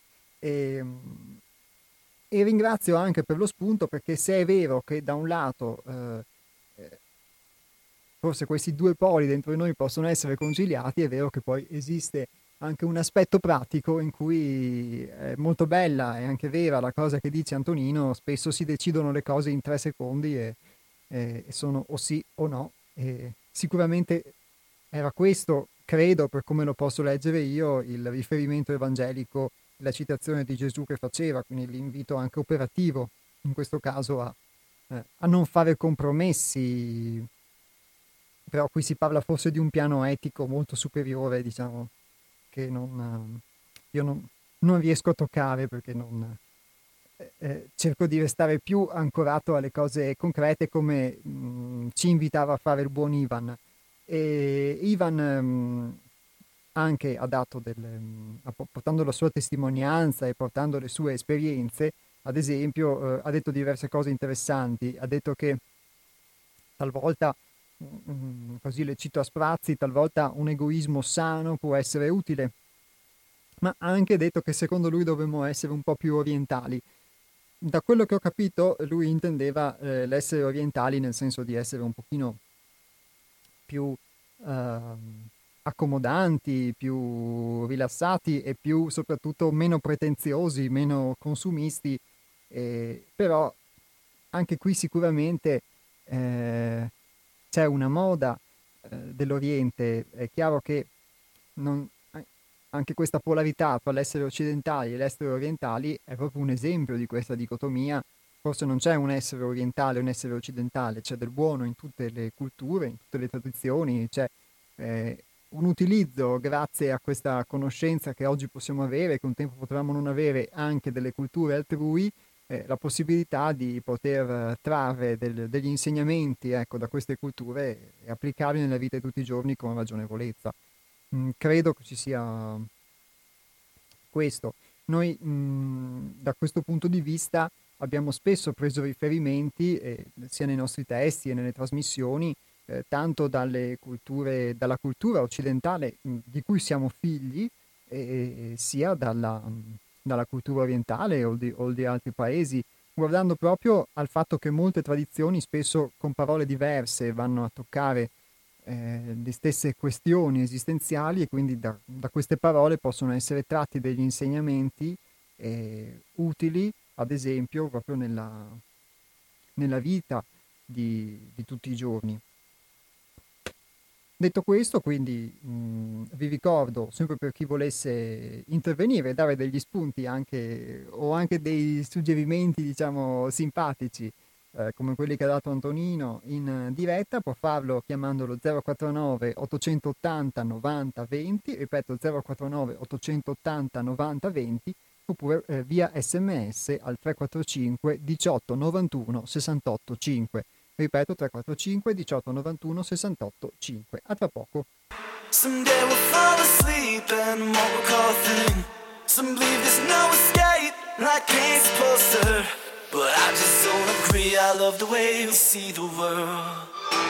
ringrazio anche per lo spunto, perché se è vero che da un lato forse questi due poli dentro di noi possono essere conciliati, è vero che poi esiste anche un aspetto pratico in cui è molto bella e anche vera la cosa che dice Antonino: spesso si decidono le cose in 3 secondi e sono o sì o no. E sicuramente era questo, credo, per come lo posso leggere io, il riferimento evangelico, la citazione di Gesù che faceva, quindi l'invito anche operativo, in questo caso a non fare compromessi. Però qui si parla forse di un piano etico molto superiore, diciamo, che io non riesco a toccare, perché cerco di restare più ancorato alle cose concrete, come ci invitava a fare il buon Ivan. E Ivan anche ha dato portando la sua testimonianza e portando le sue esperienze, ad esempio, ha detto diverse cose interessanti. Ha detto che talvolta, così le cito a sprazzi, talvolta un egoismo sano può essere utile, ma ha anche detto che secondo lui dovremmo essere un po' più orientali. Da quello che ho capito, lui intendeva l'essere orientali nel senso di essere un pochino più accomodanti, più rilassati e più soprattutto meno pretenziosi, meno consumisti, però anche qui sicuramente c'è una moda dell'Oriente. È chiaro che anche questa polarità tra l'essere occidentali e l'essere orientali è proprio un esempio di questa dicotomia. Forse non c'è un essere orientale e un essere occidentale, c'è del buono in tutte le culture, in tutte le tradizioni, c'è un utilizzo, grazie a questa conoscenza che oggi possiamo avere, che un tempo potevamo non avere, anche delle culture altrui, la possibilità di poter trarre degli insegnamenti, ecco, da queste culture e applicarli nella vita di tutti i giorni con ragionevolezza. Credo che ci sia questo. Noi da questo punto di vista abbiamo spesso preso riferimenti, sia nei nostri testi e nelle trasmissioni, tanto dalla cultura occidentale di cui siamo figli, sia dalla cultura orientale o di altri paesi, guardando proprio al fatto che molte tradizioni spesso con parole diverse vanno a toccare le stesse questioni esistenziali, e quindi da queste parole possono essere tratti degli insegnamenti utili, ad esempio, proprio nella vita di tutti i giorni. Detto questo, quindi vi ricordo, sempre per chi volesse intervenire, dare degli spunti anche, o anche dei suggerimenti, diciamo, simpatici come quelli che ha dato Antonino in diretta, può farlo chiamando lo 049 880 90 20, ripeto 049 880 90 20, oppure via SMS al 345 18 91 68 5. Ripeto 345 18 91 68 5. A tra poco. Someday we'll fall asleep and won't recall a thing. Some believe there's no escape, like paint's closer. But I just don't agree, I love the way we see the world.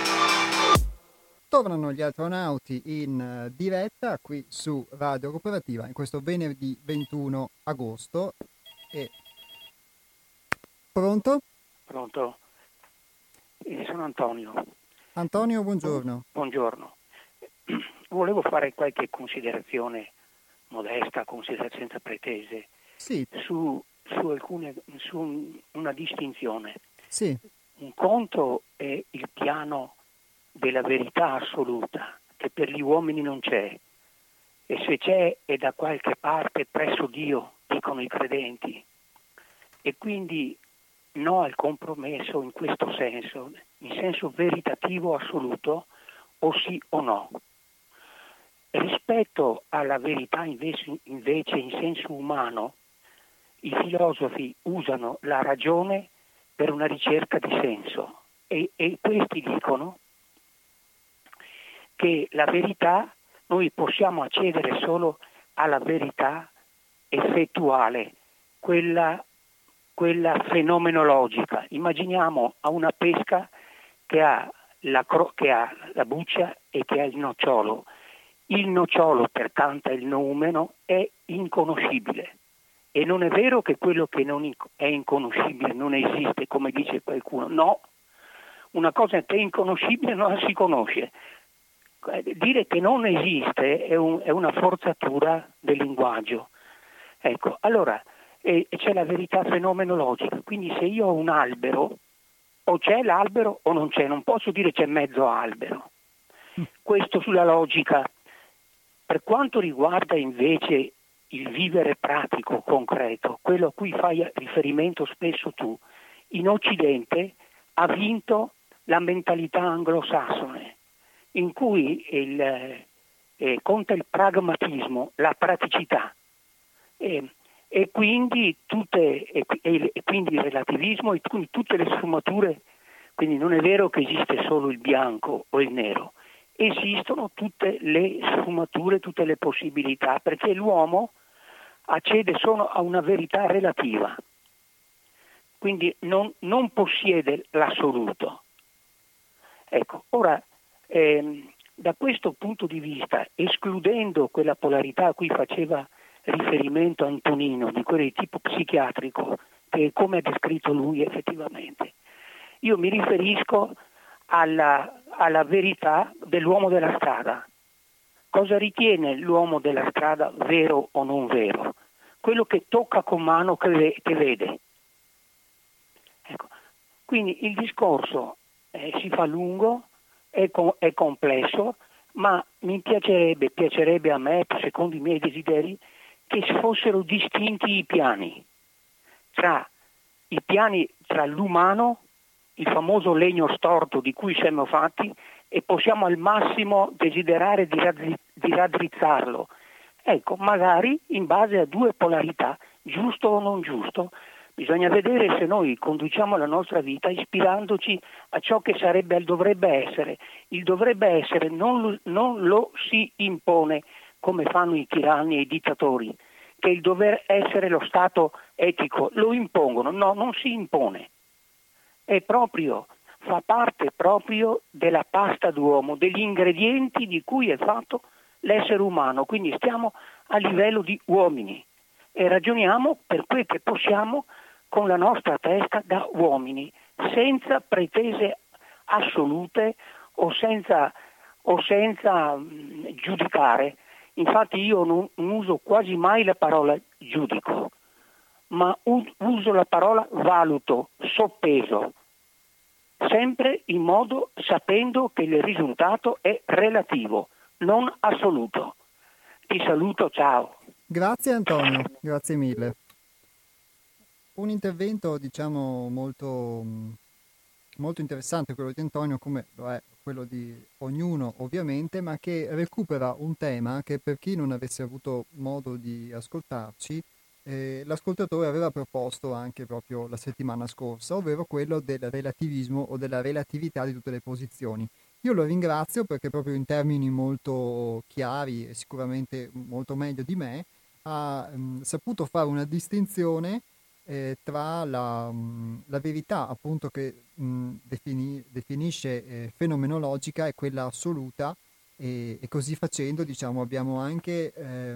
Tornano gli astronauti in diretta qui su Radio Cooperativa in questo venerdì 21 agosto. Pronto? Pronto? Sono Antonio. Antonio, buongiorno. Buongiorno. Volevo fare qualche considerazione modesta, senza pretese, Sì. su una distinzione. Sì. Un conto è il piano della verità assoluta, che per gli uomini non c'è, e se c'è è da qualche parte presso Dio, dicono i credenti, e quindi no al compromesso in questo senso, in senso veritativo assoluto, o sì o no. Rispetto alla verità invece in senso umano, i filosofi usano la ragione per una ricerca di senso e questi dicono che la verità, noi possiamo accedere solo alla verità effettuale, quella fenomenologica. Immaginiamo a una pesca che ha la buccia e che ha il nocciolo. Il nocciolo, per canta il noumeno, è inconoscibile. E non è vero che quello che non è inconoscibile non esiste, come dice qualcuno. No, una cosa che è inconoscibile non la si conosce. Dire che non esiste è una forzatura del linguaggio. Ecco, allora c'è la verità fenomenologica. Quindi se io ho un albero, o c'è l'albero o non c'è, non posso dire c'è mezzo albero. Questo sulla logica. Per quanto riguarda invece il vivere pratico, concreto, quello a cui fai riferimento spesso tu, in Occidente ha vinto la mentalità anglosassone, in cui conta il pragmatismo, la praticità, e quindi quindi il relativismo e quindi tutte le sfumature. Quindi non è vero che esiste solo il bianco o il nero, esistono tutte le sfumature, tutte le possibilità, perché l'uomo accede solo a una verità relativa, quindi non possiede l'assoluto. Ecco, ora da questo punto di vista, escludendo quella polarità a cui faceva riferimento Antonino, di quel tipo psichiatrico, che è come ha descritto lui effettivamente, io mi riferisco alla verità dell'uomo della strada. Cosa ritiene l'uomo della strada vero o non vero? Quello che tocca con mano, che vede. Ecco. Quindi il discorso si fa lungo, è complesso, ma piacerebbe a me, secondo i miei desideri, che fossero distinti i piani tra l'umano, il famoso legno storto di cui siamo fatti, e possiamo al massimo desiderare di raddrizzarlo. Ecco, magari in base a due polarità, giusto o non giusto. Bisogna vedere se noi conduciamo la nostra vita ispirandoci a ciò che sarebbe il dovrebbe essere. Il dovrebbe essere non lo si impone come fanno i tiranni e i dittatori, che il dover essere lo Stato etico lo impongono. No, non si impone. Fa parte proprio della pasta d'uomo, degli ingredienti di cui è fatto l'essere umano. Quindi stiamo a livello di uomini e ragioniamo per quel che possiamo con la nostra testa da uomini, senza pretese assolute o senza giudicare. Infatti io non uso quasi mai la parola giudico, ma uso la parola valuto, soppeso, sempre in modo sapendo che il risultato è relativo, non assoluto. Ti saluto, ciao. Grazie Antonio, grazie mille. Un intervento diciamo molto molto interessante quello di Antonio, come lo è quello di ognuno ovviamente, ma che recupera un tema che, per chi non avesse avuto modo di ascoltarci, l'ascoltatore aveva proposto anche proprio la settimana scorsa, ovvero quello del relativismo o della relatività di tutte le posizioni. Io lo ringrazio perché proprio in termini molto chiari e sicuramente molto meglio di me ha saputo fare una distinzione tra la verità appunto che definisce fenomenologica e quella assoluta, e così facendo, diciamo, abbiamo anche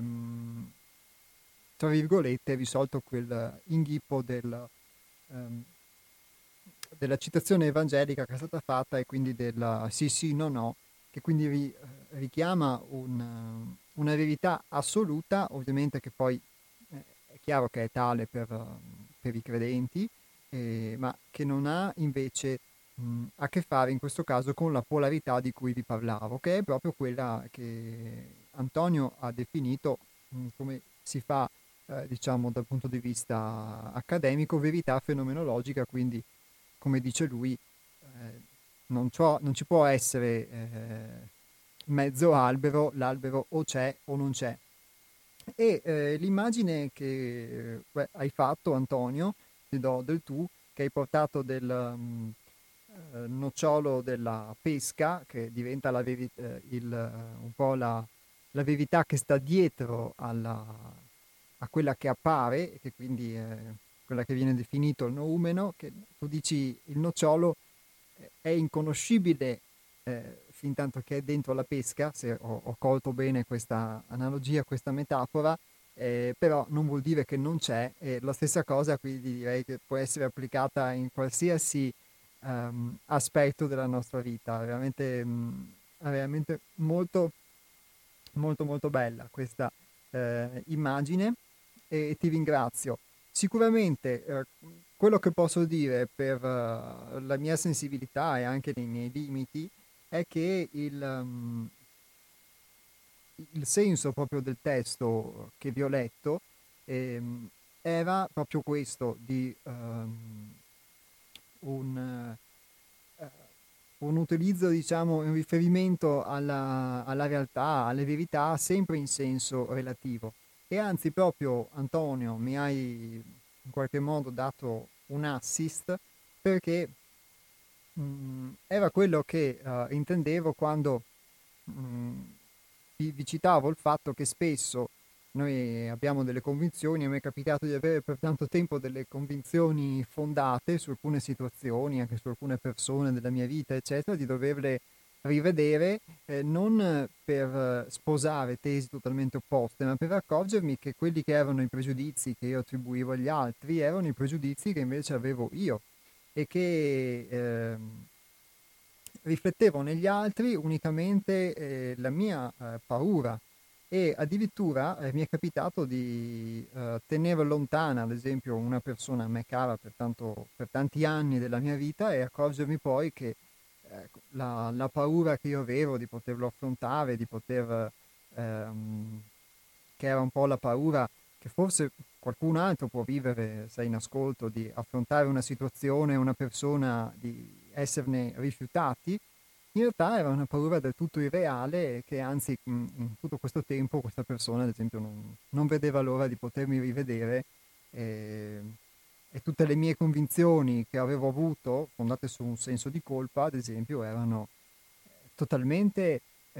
tra virgolette risolto quel inghippo ehm, della citazione evangelica che è stata fatta, e quindi della sì sì no no, che quindi richiama una verità assoluta, ovviamente, che poi è chiaro che è tale per i credenti, ma che non ha invece a che fare in questo caso con la polarità di cui vi parlavo, che è proprio quella che Antonio ha definito, come si fa diciamo dal punto di vista accademico, verità fenomenologica. Quindi, come dice lui, non ci può essere mezzo albero, l'albero o c'è o non c'è. E l'immagine che hai fatto, Antonio, ti do del tu, che hai portato del nocciolo della pesca, che diventa un po' la verità che sta dietro a quella che appare, e che quindi è quella che viene definito il noumeno, che tu dici il nocciolo è inconoscibile fin tanto che è dentro la pesca, se ho colto bene questa analogia, questa metafora, però non vuol dire che non c'è. E la stessa cosa quindi direi che può essere applicata in qualsiasi aspetto della nostra vita. È veramente molto molto molto bella questa immagine, e ti ringrazio. Sicuramente quello che posso dire per la mia sensibilità e anche nei miei limiti è che il senso proprio del testo che vi ho letto era proprio questo, di un utilizzo, diciamo, un riferimento alla realtà, alle verità, sempre in senso relativo. E anzi, proprio Antonio, mi hai in qualche modo dato un assist, perché era quello che intendevo quando vi citavo il fatto che spesso noi abbiamo delle convinzioni. A me è capitato di avere per tanto tempo delle convinzioni fondate su alcune situazioni, anche su alcune persone della mia vita, eccetera, di doverle rivedere, non per sposare tesi totalmente opposte, ma per accorgermi che quelli che erano i pregiudizi che io attribuivo agli altri erano i pregiudizi che invece avevo io, e che riflettevo negli altri unicamente la mia paura. E addirittura mi è capitato di tenere lontana, ad esempio, una persona a me cara per tanti anni della mia vita, e accorgermi poi che la paura che io avevo di poterlo affrontare, che era un po' la paura che forse qualcun altro può vivere, se è in ascolto, di affrontare una situazione, una persona, di esserne rifiutati. In realtà era una paura del tutto irreale, che anzi in tutto questo tempo questa persona, ad esempio, non vedeva l'ora di potermi rivedere, e tutte le mie convinzioni che avevo avuto, fondate su un senso di colpa, ad esempio, erano totalmente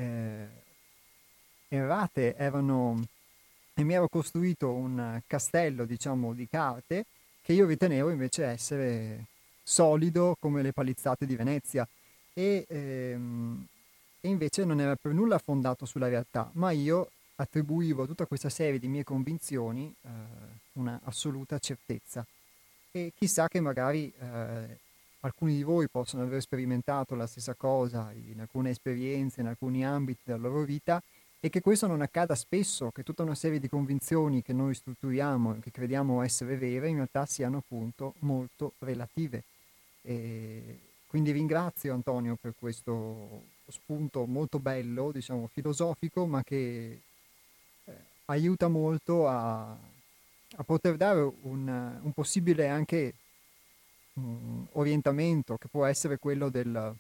errate, e mi ero costruito un castello, diciamo, di carte che io ritenevo invece essere solido come le palizzate di Venezia. E invece non era per nulla fondato sulla realtà, ma io attribuivo a tutta questa serie di mie convinzioni una assoluta certezza. E chissà che magari alcuni di voi possono aver sperimentato la stessa cosa in alcune esperienze, in alcuni ambiti della loro vita, e che questo non accada spesso, che tutta una serie di convinzioni che noi strutturiamo e che crediamo essere vere in realtà siano appunto molto relative. E quindi ringrazio Antonio per questo spunto molto bello, diciamo filosofico, ma che aiuta molto a poter dare un possibile anche orientamento, che può essere quello del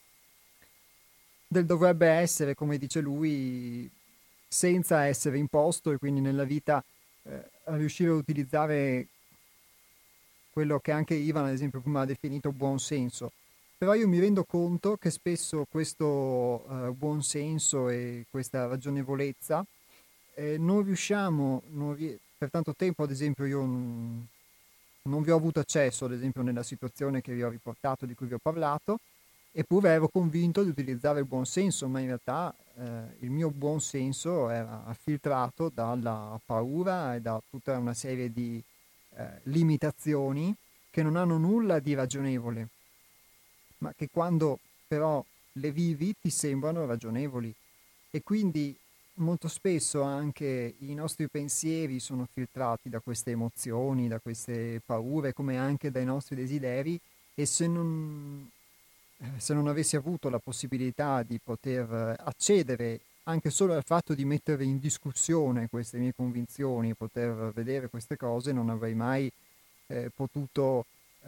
dovrebbe essere, come dice lui, senza essere imposto, e quindi nella vita a riuscire a utilizzare quello che anche Ivan, ad esempio, prima ha definito buon senso. Però io mi rendo conto che spesso questo buon senso e questa ragionevolezza non riusciamo, per tanto tempo, ad esempio, io non vi ho avuto accesso, ad esempio, nella situazione che vi ho riportato, di cui vi ho parlato, eppure ero convinto di utilizzare il buon senso, ma in realtà il mio buon senso era filtrato dalla paura e da tutta una serie di limitazioni che non hanno nulla di ragionevole, ma che quando però le vivi ti sembrano ragionevoli. E quindi molto spesso anche i nostri pensieri sono filtrati da queste emozioni, da queste paure, come anche dai nostri desideri, e se non avessi avuto la possibilità di poter accedere anche solo al fatto di mettere in discussione queste mie convinzioni, poter vedere queste cose, non avrei mai potuto,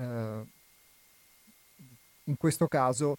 in questo caso,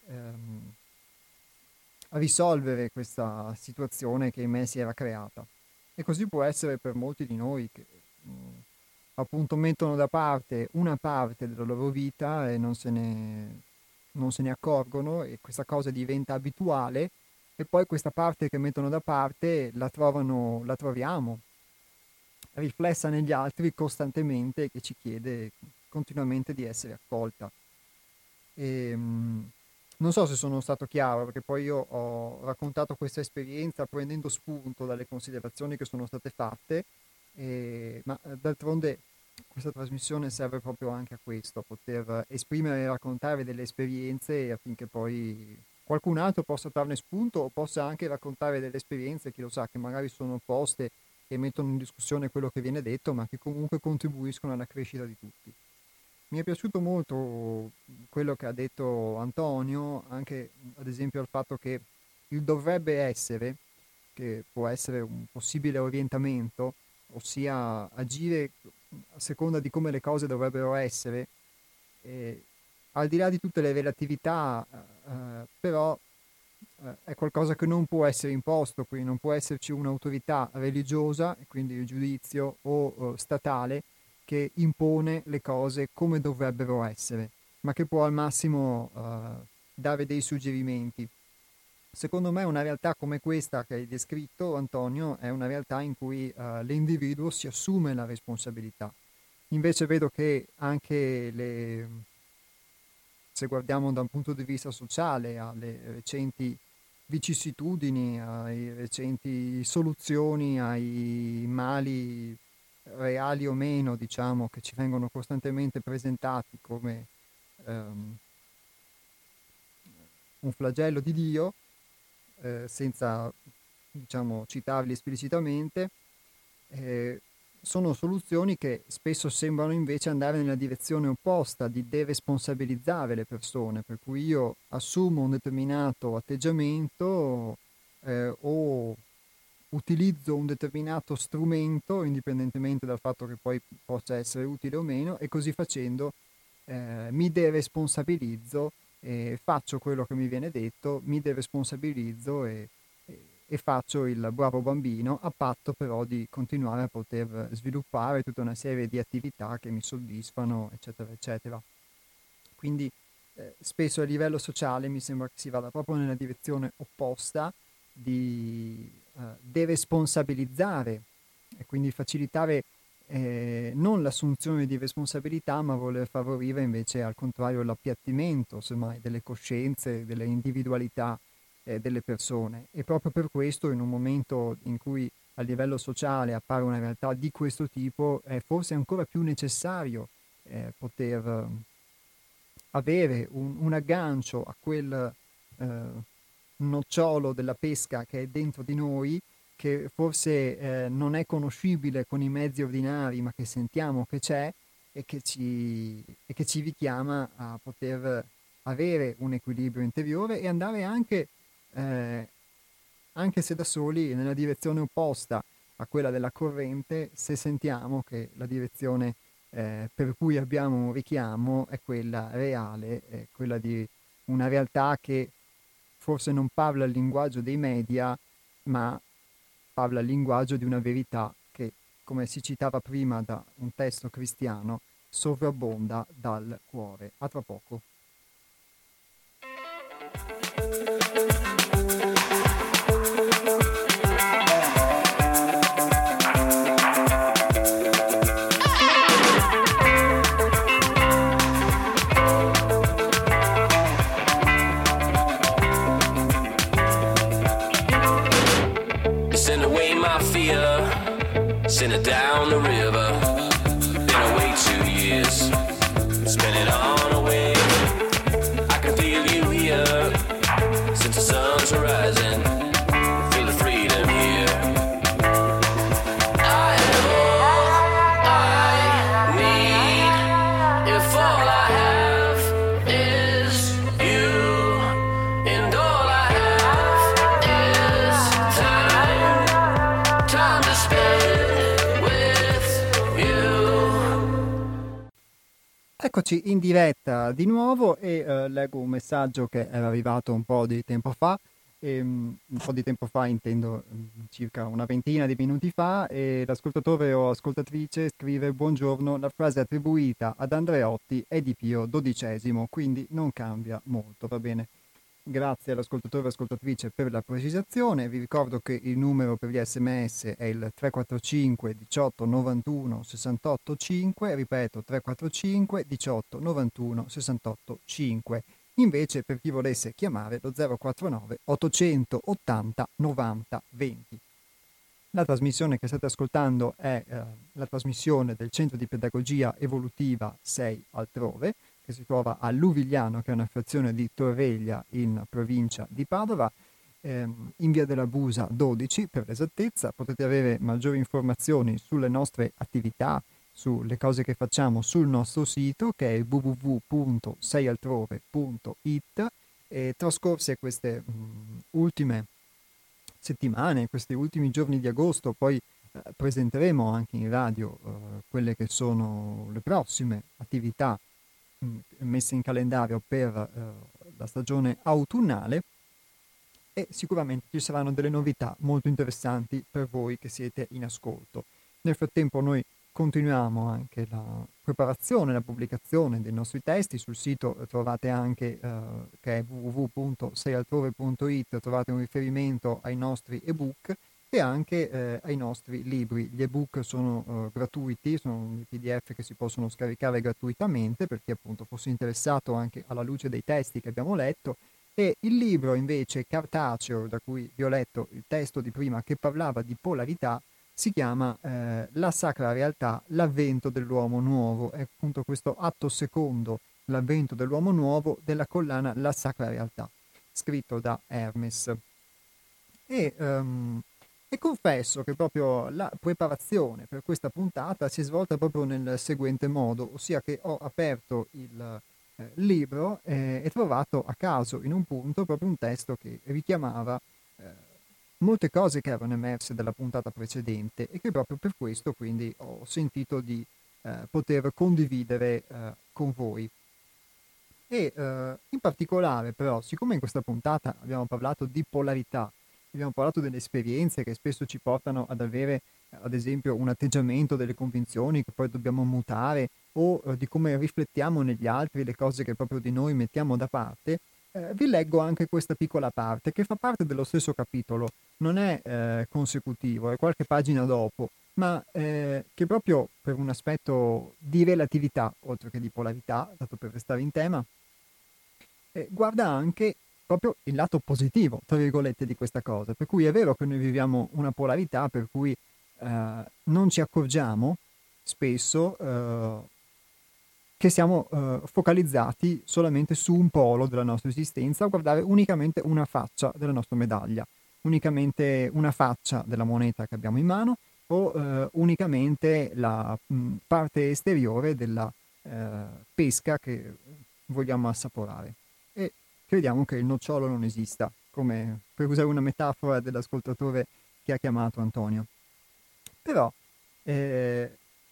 risolvere questa situazione che in me si era creata. E così può essere per molti di noi che appunto mettono da parte una parte della loro vita e non se ne accorgono, e questa cosa diventa abituale, e poi questa parte che mettono da parte la troviamo riflessa negli altri costantemente, che ci chiede continuamente di essere accolta. E, non so se sono stato chiaro, perché poi io ho raccontato questa esperienza prendendo spunto dalle considerazioni che sono state fatte, ma d'altronde questa trasmissione serve proprio anche a questo, a poter esprimere e raccontare delle esperienze affinché poi qualcun altro possa trarne spunto, o possa anche raccontare delle esperienze, chi lo sa, che magari sono opposte e mettono in discussione quello che viene detto, ma che comunque contribuiscono alla crescita di tutti. Mi è piaciuto molto quello che ha detto Antonio, anche ad esempio il fatto che il dovrebbe essere, che può essere un possibile orientamento, ossia agire a seconda di come le cose dovrebbero essere, al di là di tutte le relatività, però è qualcosa che non può essere imposto, quindi non può esserci un'autorità religiosa, e quindi il giudizio, o statale, che impone le cose come dovrebbero essere, ma che può al massimo dare dei suggerimenti. Secondo me una realtà come questa che hai descritto, Antonio, è una realtà in cui l'individuo si assume la responsabilità. Invece vedo che anche se guardiamo da un punto di vista sociale alle recenti vicissitudini, ai recenti soluzioni ai mali reali o meno, diciamo, che ci vengono costantemente presentati come un flagello di Dio, senza, diciamo, citarli esplicitamente, sono soluzioni che spesso sembrano invece andare nella direzione opposta, di deresponsabilizzare le persone, per cui io assumo un determinato atteggiamento o utilizzo un determinato strumento, indipendentemente dal fatto che poi possa essere utile o meno, e così facendo mi deresponsabilizzo, faccio quello che mi viene detto, mi deresponsabilizzo e faccio il bravo bambino, a patto però di continuare a poter sviluppare tutta una serie di attività che mi soddisfano, eccetera, eccetera. Quindi spesso a livello sociale mi sembra che si vada proprio nella direzione opposta, di deresponsabilizzare e quindi facilitare non l'assunzione di responsabilità, ma voler favorire invece al contrario l'appiattimento, semmai, delle coscienze, delle individualità delle persone. E proprio per questo, in un momento in cui a livello sociale appare una realtà di questo tipo, è forse ancora più necessario poter avere un aggancio a quel nocciolo della pesca che è dentro di noi, che forse non è conoscibile con i mezzi ordinari, ma che sentiamo che c'è e che ci richiama a poter avere un equilibrio interiore e andare anche se da soli, nella direzione opposta a quella della corrente, se sentiamo che la direzione per cui abbiamo un richiamo è quella reale, è quella di una realtà che forse non parla il linguaggio dei media, ma parla il linguaggio di una verità che, come si citava prima da un testo cristiano, sovrabbonda dal cuore. A tra poco. Send away my fear, send it down the river. Been away 2 years, spend it on a wave. I can feel you here, since the sun's rising. Feel the freedom here. I have all I need, if all I have is you, and all I have is time to spend with you. Eccoci in diretta di nuovo e leggo un messaggio che era arrivato un po' di tempo fa, un po' di tempo fa intendo circa una ventina di minuti fa, e l'ascoltatore o ascoltatrice scrive: buongiorno, la frase attribuita ad Andreotti è di Pio XII, quindi non cambia molto, va bene. Grazie all'ascoltatore o ascoltatrice per la precisazione. Vi ricordo che il numero per gli sms è il 345 18 91 68 5, ripeto 345 18 91 68 5. Invece per chi volesse chiamare lo 049 880 90 20. La trasmissione che state ascoltando è la trasmissione del Centro di Pedagogia Evolutiva 6 Altrove, che si trova a Luvigliano, che è una frazione di Torreglia in provincia di Padova, in via della Busa 12 per l'esattezza. Potete avere maggiori informazioni sulle nostre attività, sulle cose che facciamo sul nostro sito, che è www.seialtrove.it. Trascorse queste ultime settimane, questi ultimi giorni di agosto, poi presenteremo anche in radio quelle che sono le prossime attività messe in calendario per la stagione autunnale, e sicuramente ci saranno delle novità molto interessanti per voi che siete in ascolto. Nel frattempo noi continuiamo anche la preparazione, la pubblicazione dei nostri testi. Sul sito trovate anche, che è www.seialtrove.it, trovate un riferimento ai nostri ebook e anche ai nostri libri. Gli ebook sono gratuiti, sono dei PDF che si possono scaricare gratuitamente per chi appunto fosse interessato anche alla luce dei testi che abbiamo letto, e il libro invece cartaceo, da cui vi ho letto il testo di prima che parlava di polarità, si chiama La Sacra Realtà, l'avvento dell'uomo nuovo. È appunto questo atto secondo, l'avvento dell'uomo nuovo, della collana La Sacra Realtà, scritto da Hermes. E confesso che proprio la preparazione per questa puntata si è svolta proprio nel seguente modo, ossia che ho aperto il libro e trovato a caso in un punto proprio un testo che richiamava molte cose che erano emerse dalla puntata precedente, e che proprio per questo quindi ho sentito di poter condividere con voi. E in particolare però, siccome in questa puntata abbiamo parlato di polarità, abbiamo parlato delle esperienze che spesso ci portano ad avere, ad esempio, un atteggiamento, delle convinzioni che poi dobbiamo mutare, o di come riflettiamo negli altri le cose che proprio di noi mettiamo da parte, vi leggo anche questa piccola parte che fa parte dello stesso capitolo, non è consecutivo, è qualche pagina dopo, ma che proprio per un aspetto di relatività, oltre che di polarità, dato per restare in tema, guarda anche proprio il lato positivo, tra virgolette, di questa cosa. Per cui è vero che noi viviamo una polarità per cui non ci accorgiamo spesso che siamo focalizzati solamente su un polo della nostra esistenza, a guardare unicamente una faccia della nostra medaglia, unicamente una faccia della moneta che abbiamo in mano, o unicamente la parte esteriore della pesca che vogliamo assaporare. E crediamo che il nocciolo non esista, come per usare una metafora dell'ascoltatore che ha chiamato Antonio. Però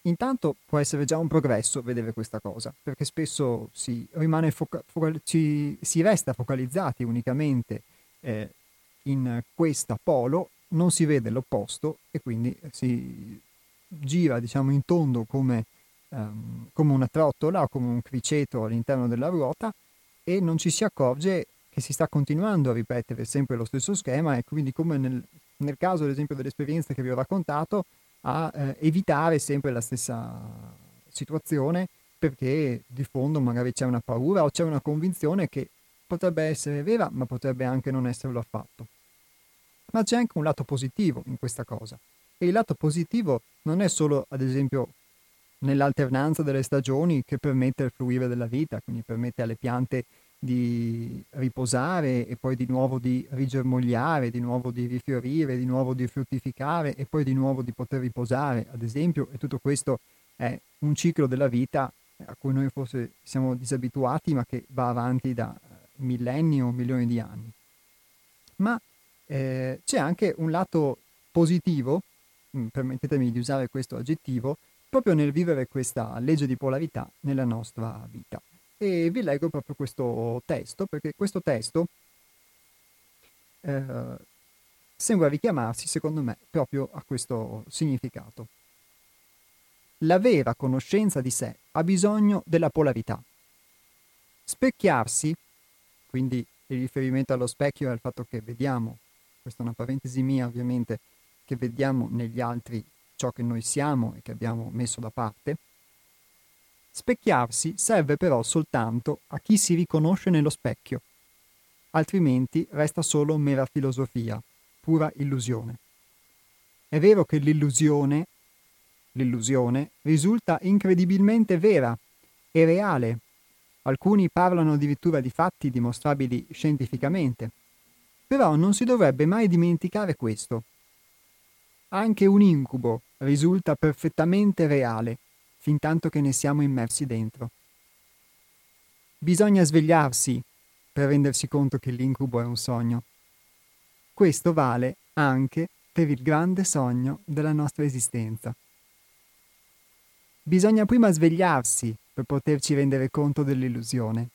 intanto può essere già un progresso vedere questa cosa, perché spesso si rimane si resta focalizzati unicamente in questa polo, non si vede l'opposto e quindi si gira, diciamo, in tondo come una trottola o come un criceto all'interno della ruota e non ci si accorge che si sta continuando a ripetere sempre lo stesso schema e quindi come nel caso ad esempio dell'esperienza che vi ho raccontato a evitare sempre la stessa situazione perché di fondo magari c'è una paura o c'è una convinzione che potrebbe essere vera ma potrebbe anche non esserlo affatto. Ma c'è anche un lato positivo in questa cosa e il lato positivo non è solo ad esempio nell'alternanza delle stagioni che permette il fluire della vita, quindi permette alle piante di riposare e poi di nuovo di rigermogliare, di nuovo di rifiorire, di nuovo di fruttificare e poi di nuovo di poter riposare, ad esempio, e tutto questo è un ciclo della vita a cui noi forse siamo disabituati, ma che va avanti da millenni o milioni di anni. Ma c'è anche un lato positivo, permettetemi di usare questo aggettivo, proprio nel vivere questa legge di polarità nella nostra vita. E vi leggo proprio questo testo, perché questo testo sembra richiamarsi, secondo me, proprio a questo significato. La vera conoscenza di sé ha bisogno della polarità. Specchiarsi, quindi il riferimento allo specchio è il fatto che vediamo, questa è una parentesi mia ovviamente, che vediamo negli altri ciò che noi siamo e che abbiamo messo da parte. Specchiarsi serve però soltanto a chi si riconosce nello specchio, altrimenti resta solo mera filosofia, pura illusione. È vero che l'illusione risulta incredibilmente vera e reale. Alcuni parlano addirittura di fatti dimostrabili scientificamente. Però non si dovrebbe mai dimenticare questo. Anche un incubo risulta perfettamente reale, fintanto che ne siamo immersi dentro. Bisogna svegliarsi per rendersi conto che l'incubo è un sogno. Questo vale anche per il grande sogno della nostra esistenza. Bisogna prima svegliarsi per poterci rendere conto dell'illusione.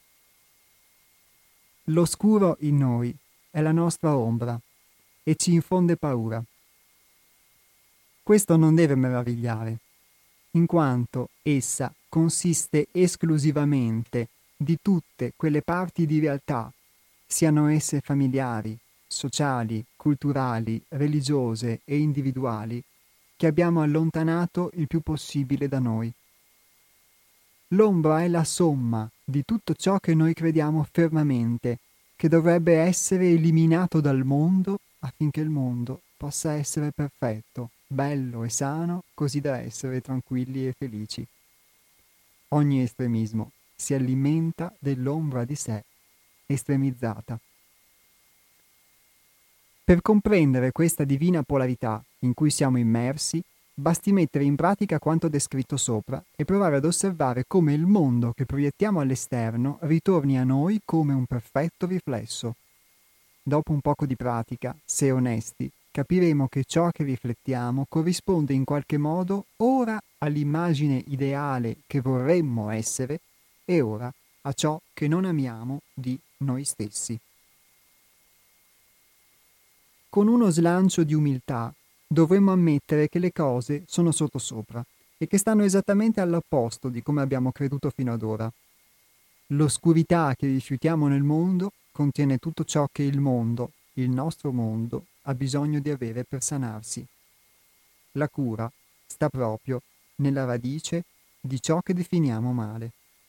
L'oscuro in noi è la nostra ombra e ci infonde paura. Questo non deve meravigliare, in quanto essa consiste esclusivamente di tutte quelle parti di realtà, siano esse familiari, sociali, culturali, religiose e individuali, che abbiamo allontanato il più possibile da noi. L'ombra è la somma di tutto ciò che noi crediamo fermamente, che dovrebbe essere eliminato dal mondo affinché il mondo possa essere perfetto, bello e sano, così da essere tranquilli e felici. Ogni estremismo si alimenta dell'ombra di sé estremizzata. Per comprendere questa divina polarità in cui siamo immersi, basti mettere in pratica quanto descritto sopra e provare ad osservare come il mondo che proiettiamo all'esterno ritorni a noi come un perfetto riflesso. Dopo un poco di pratica, se onesti, capiremo che ciò che riflettiamo corrisponde in qualche modo ora all'immagine ideale che vorremmo essere e ora a ciò che non amiamo di noi stessi. Con uno slancio di umiltà dovremmo ammettere che le cose sono sottosopra e che stanno esattamente all'opposto di come abbiamo creduto fino ad ora. L'oscurità che rifiutiamo nel mondo contiene tutto ciò che il mondo, il nostro mondo, ha bisogno di avere per sanarsi. La cura sta proprio nella radice di ciò che definiamo male.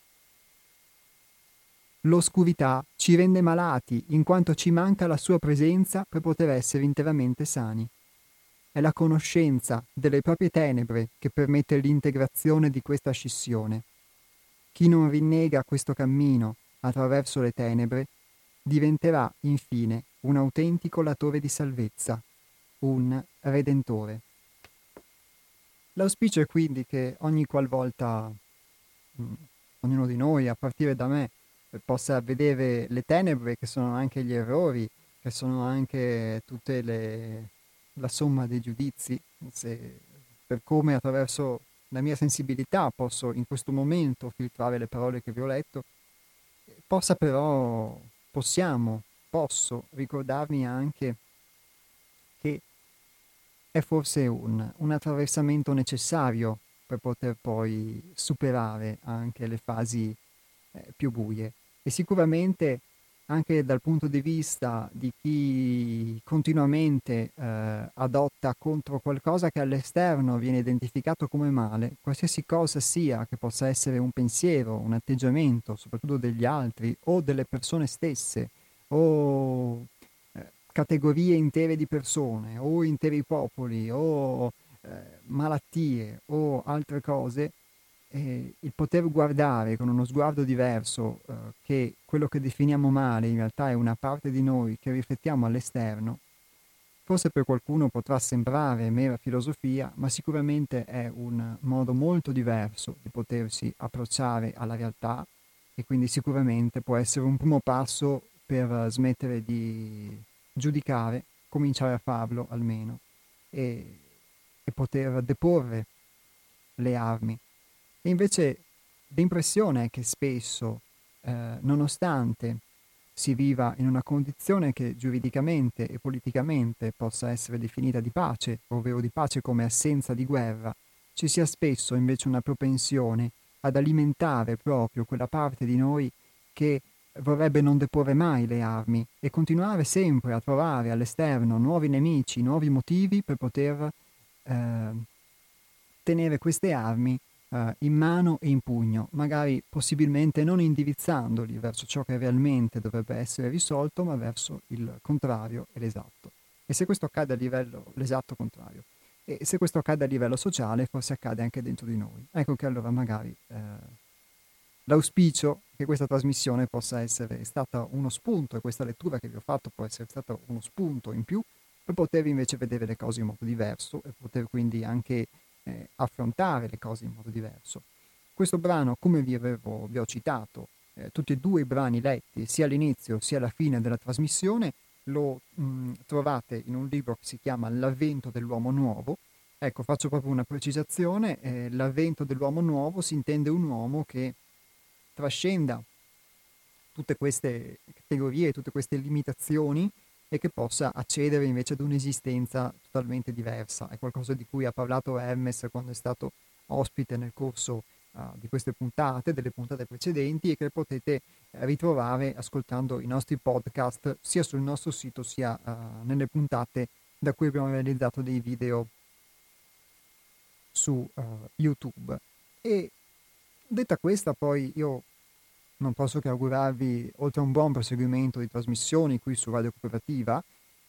L'oscurità ci rende malati in quanto ci manca la sua presenza per poter essere interamente sani. È la conoscenza delle proprie tenebre che permette l'integrazione di questa scissione. Chi non rinnega questo cammino attraverso le tenebre diventerà infine un autentico latore di salvezza, un redentore. L'auspicio è quindi che ogni qualvolta ognuno di noi, a partire da me, possa vedere le tenebre che sono anche gli errori, che sono anche tutte la somma dei giudizi, per come attraverso la mia sensibilità, posso in questo momento filtrare le parole che vi ho letto, posso ricordarmi anche che è forse un attraversamento necessario per poter poi superare anche le fasi più buie. E sicuramente anche dal punto di vista di chi continuamente adotta contro qualcosa che all'esterno viene identificato come male, qualsiasi cosa sia, che possa essere un pensiero, un atteggiamento, soprattutto degli altri o delle persone stesse, o categorie intere di persone, o interi popoli, o malattie, o altre cose, il poter guardare con uno sguardo diverso che quello che definiamo male in realtà è una parte di noi che riflettiamo all'esterno, forse per qualcuno potrà sembrare mera filosofia, ma sicuramente è un modo molto diverso di potersi approcciare alla realtà e quindi sicuramente può essere un primo passo per smettere di giudicare, cominciare a farlo almeno e poter deporre le armi. E invece l'impressione è che spesso, nonostante si viva in una condizione che giuridicamente e politicamente possa essere definita di pace, ovvero di pace come assenza di guerra, ci sia spesso invece una propensione ad alimentare proprio quella parte di noi che vorrebbe non deporre mai le armi e continuare sempre a trovare all'esterno nuovi nemici, nuovi motivi per poter tenere queste armi in mano e in pugno, magari possibilmente non indirizzandoli verso ciò che realmente dovrebbe essere risolto, ma verso il contrario e l'esatto. E se questo accade a livello, l'esatto contrario, e se questo accade a livello sociale, forse accade anche dentro di noi. Ecco che allora magari l'auspicio che questa trasmissione possa essere stata uno spunto, e questa lettura che vi ho fatto può essere stata uno spunto in più per poter invece vedere le cose in modo diverso e poter quindi anche affrontare le cose in modo diverso. Questo brano, come vi ho citato, tutti e due i brani letti sia all'inizio sia alla fine della trasmissione, lo trovate in un libro che si chiama L'avvento dell'uomo nuovo. Ecco, faccio proprio una precisazione, l'avvento dell'uomo nuovo si intende un uomo che trascenda tutte queste categorie, tutte queste limitazioni e che possa accedere invece ad un'esistenza totalmente diversa. È qualcosa di cui ha parlato Hermes quando è stato ospite nel corso di queste puntate, delle puntate precedenti, e che potete ritrovare ascoltando i nostri podcast sia sul nostro sito sia nelle puntate da cui abbiamo realizzato dei video su YouTube. E detta questa, poi io non posso che augurarvi, oltre a un buon proseguimento di trasmissioni qui su Radio Cooperativa,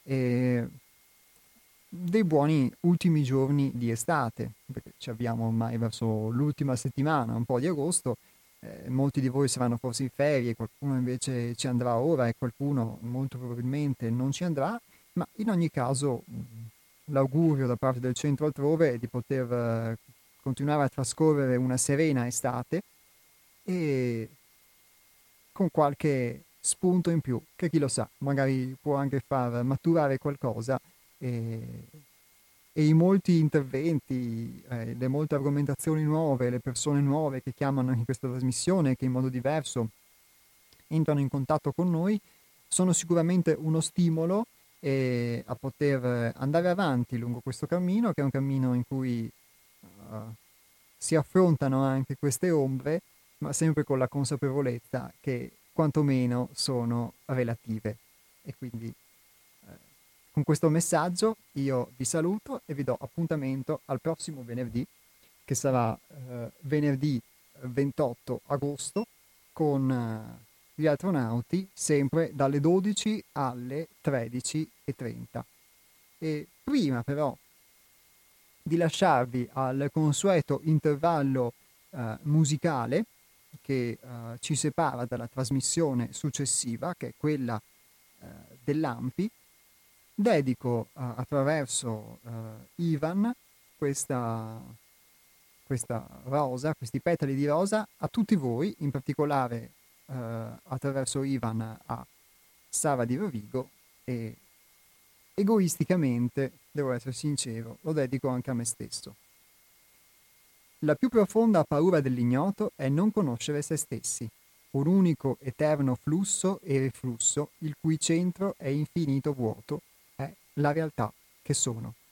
dei buoni ultimi giorni di estate, perché ci avviamo ormai verso l'ultima settimana, un po' di agosto. Molti di voi saranno forse in ferie, qualcuno invece ci andrà ora e qualcuno molto probabilmente non ci andrà, ma in ogni caso l'augurio da parte del centro altrove è di poter continuare a trascorrere una serena estate e con qualche spunto in più, che chi lo sa, magari può anche far maturare qualcosa e i molti interventi, le molte argomentazioni nuove, le persone nuove che chiamano in questa trasmissione, che in modo diverso entrano in contatto con noi, sono sicuramente uno stimolo a poter andare avanti lungo questo cammino, che è un cammino in cui si affrontano anche queste ombre, ma sempre con la consapevolezza che quantomeno sono relative. E quindi con questo messaggio io vi saluto e vi do appuntamento al prossimo venerdì, che sarà venerdì 28 agosto, con gli astronauti, sempre dalle 12 alle 13:30. E prima però di lasciarvi al consueto intervallo musicale che ci separa dalla trasmissione successiva, che è quella dell'Ampi, dedico attraverso Ivan questa rosa, questi petali di rosa a tutti voi, in particolare attraverso Ivan a Sara di Rovigo, e egoisticamente, devo essere sincero, lo dedico anche a me stesso. La più profonda paura dell'ignoto è non conoscere se stessi, un unico eterno flusso e riflusso, il cui centro è infinito vuoto, è la realtà che sono.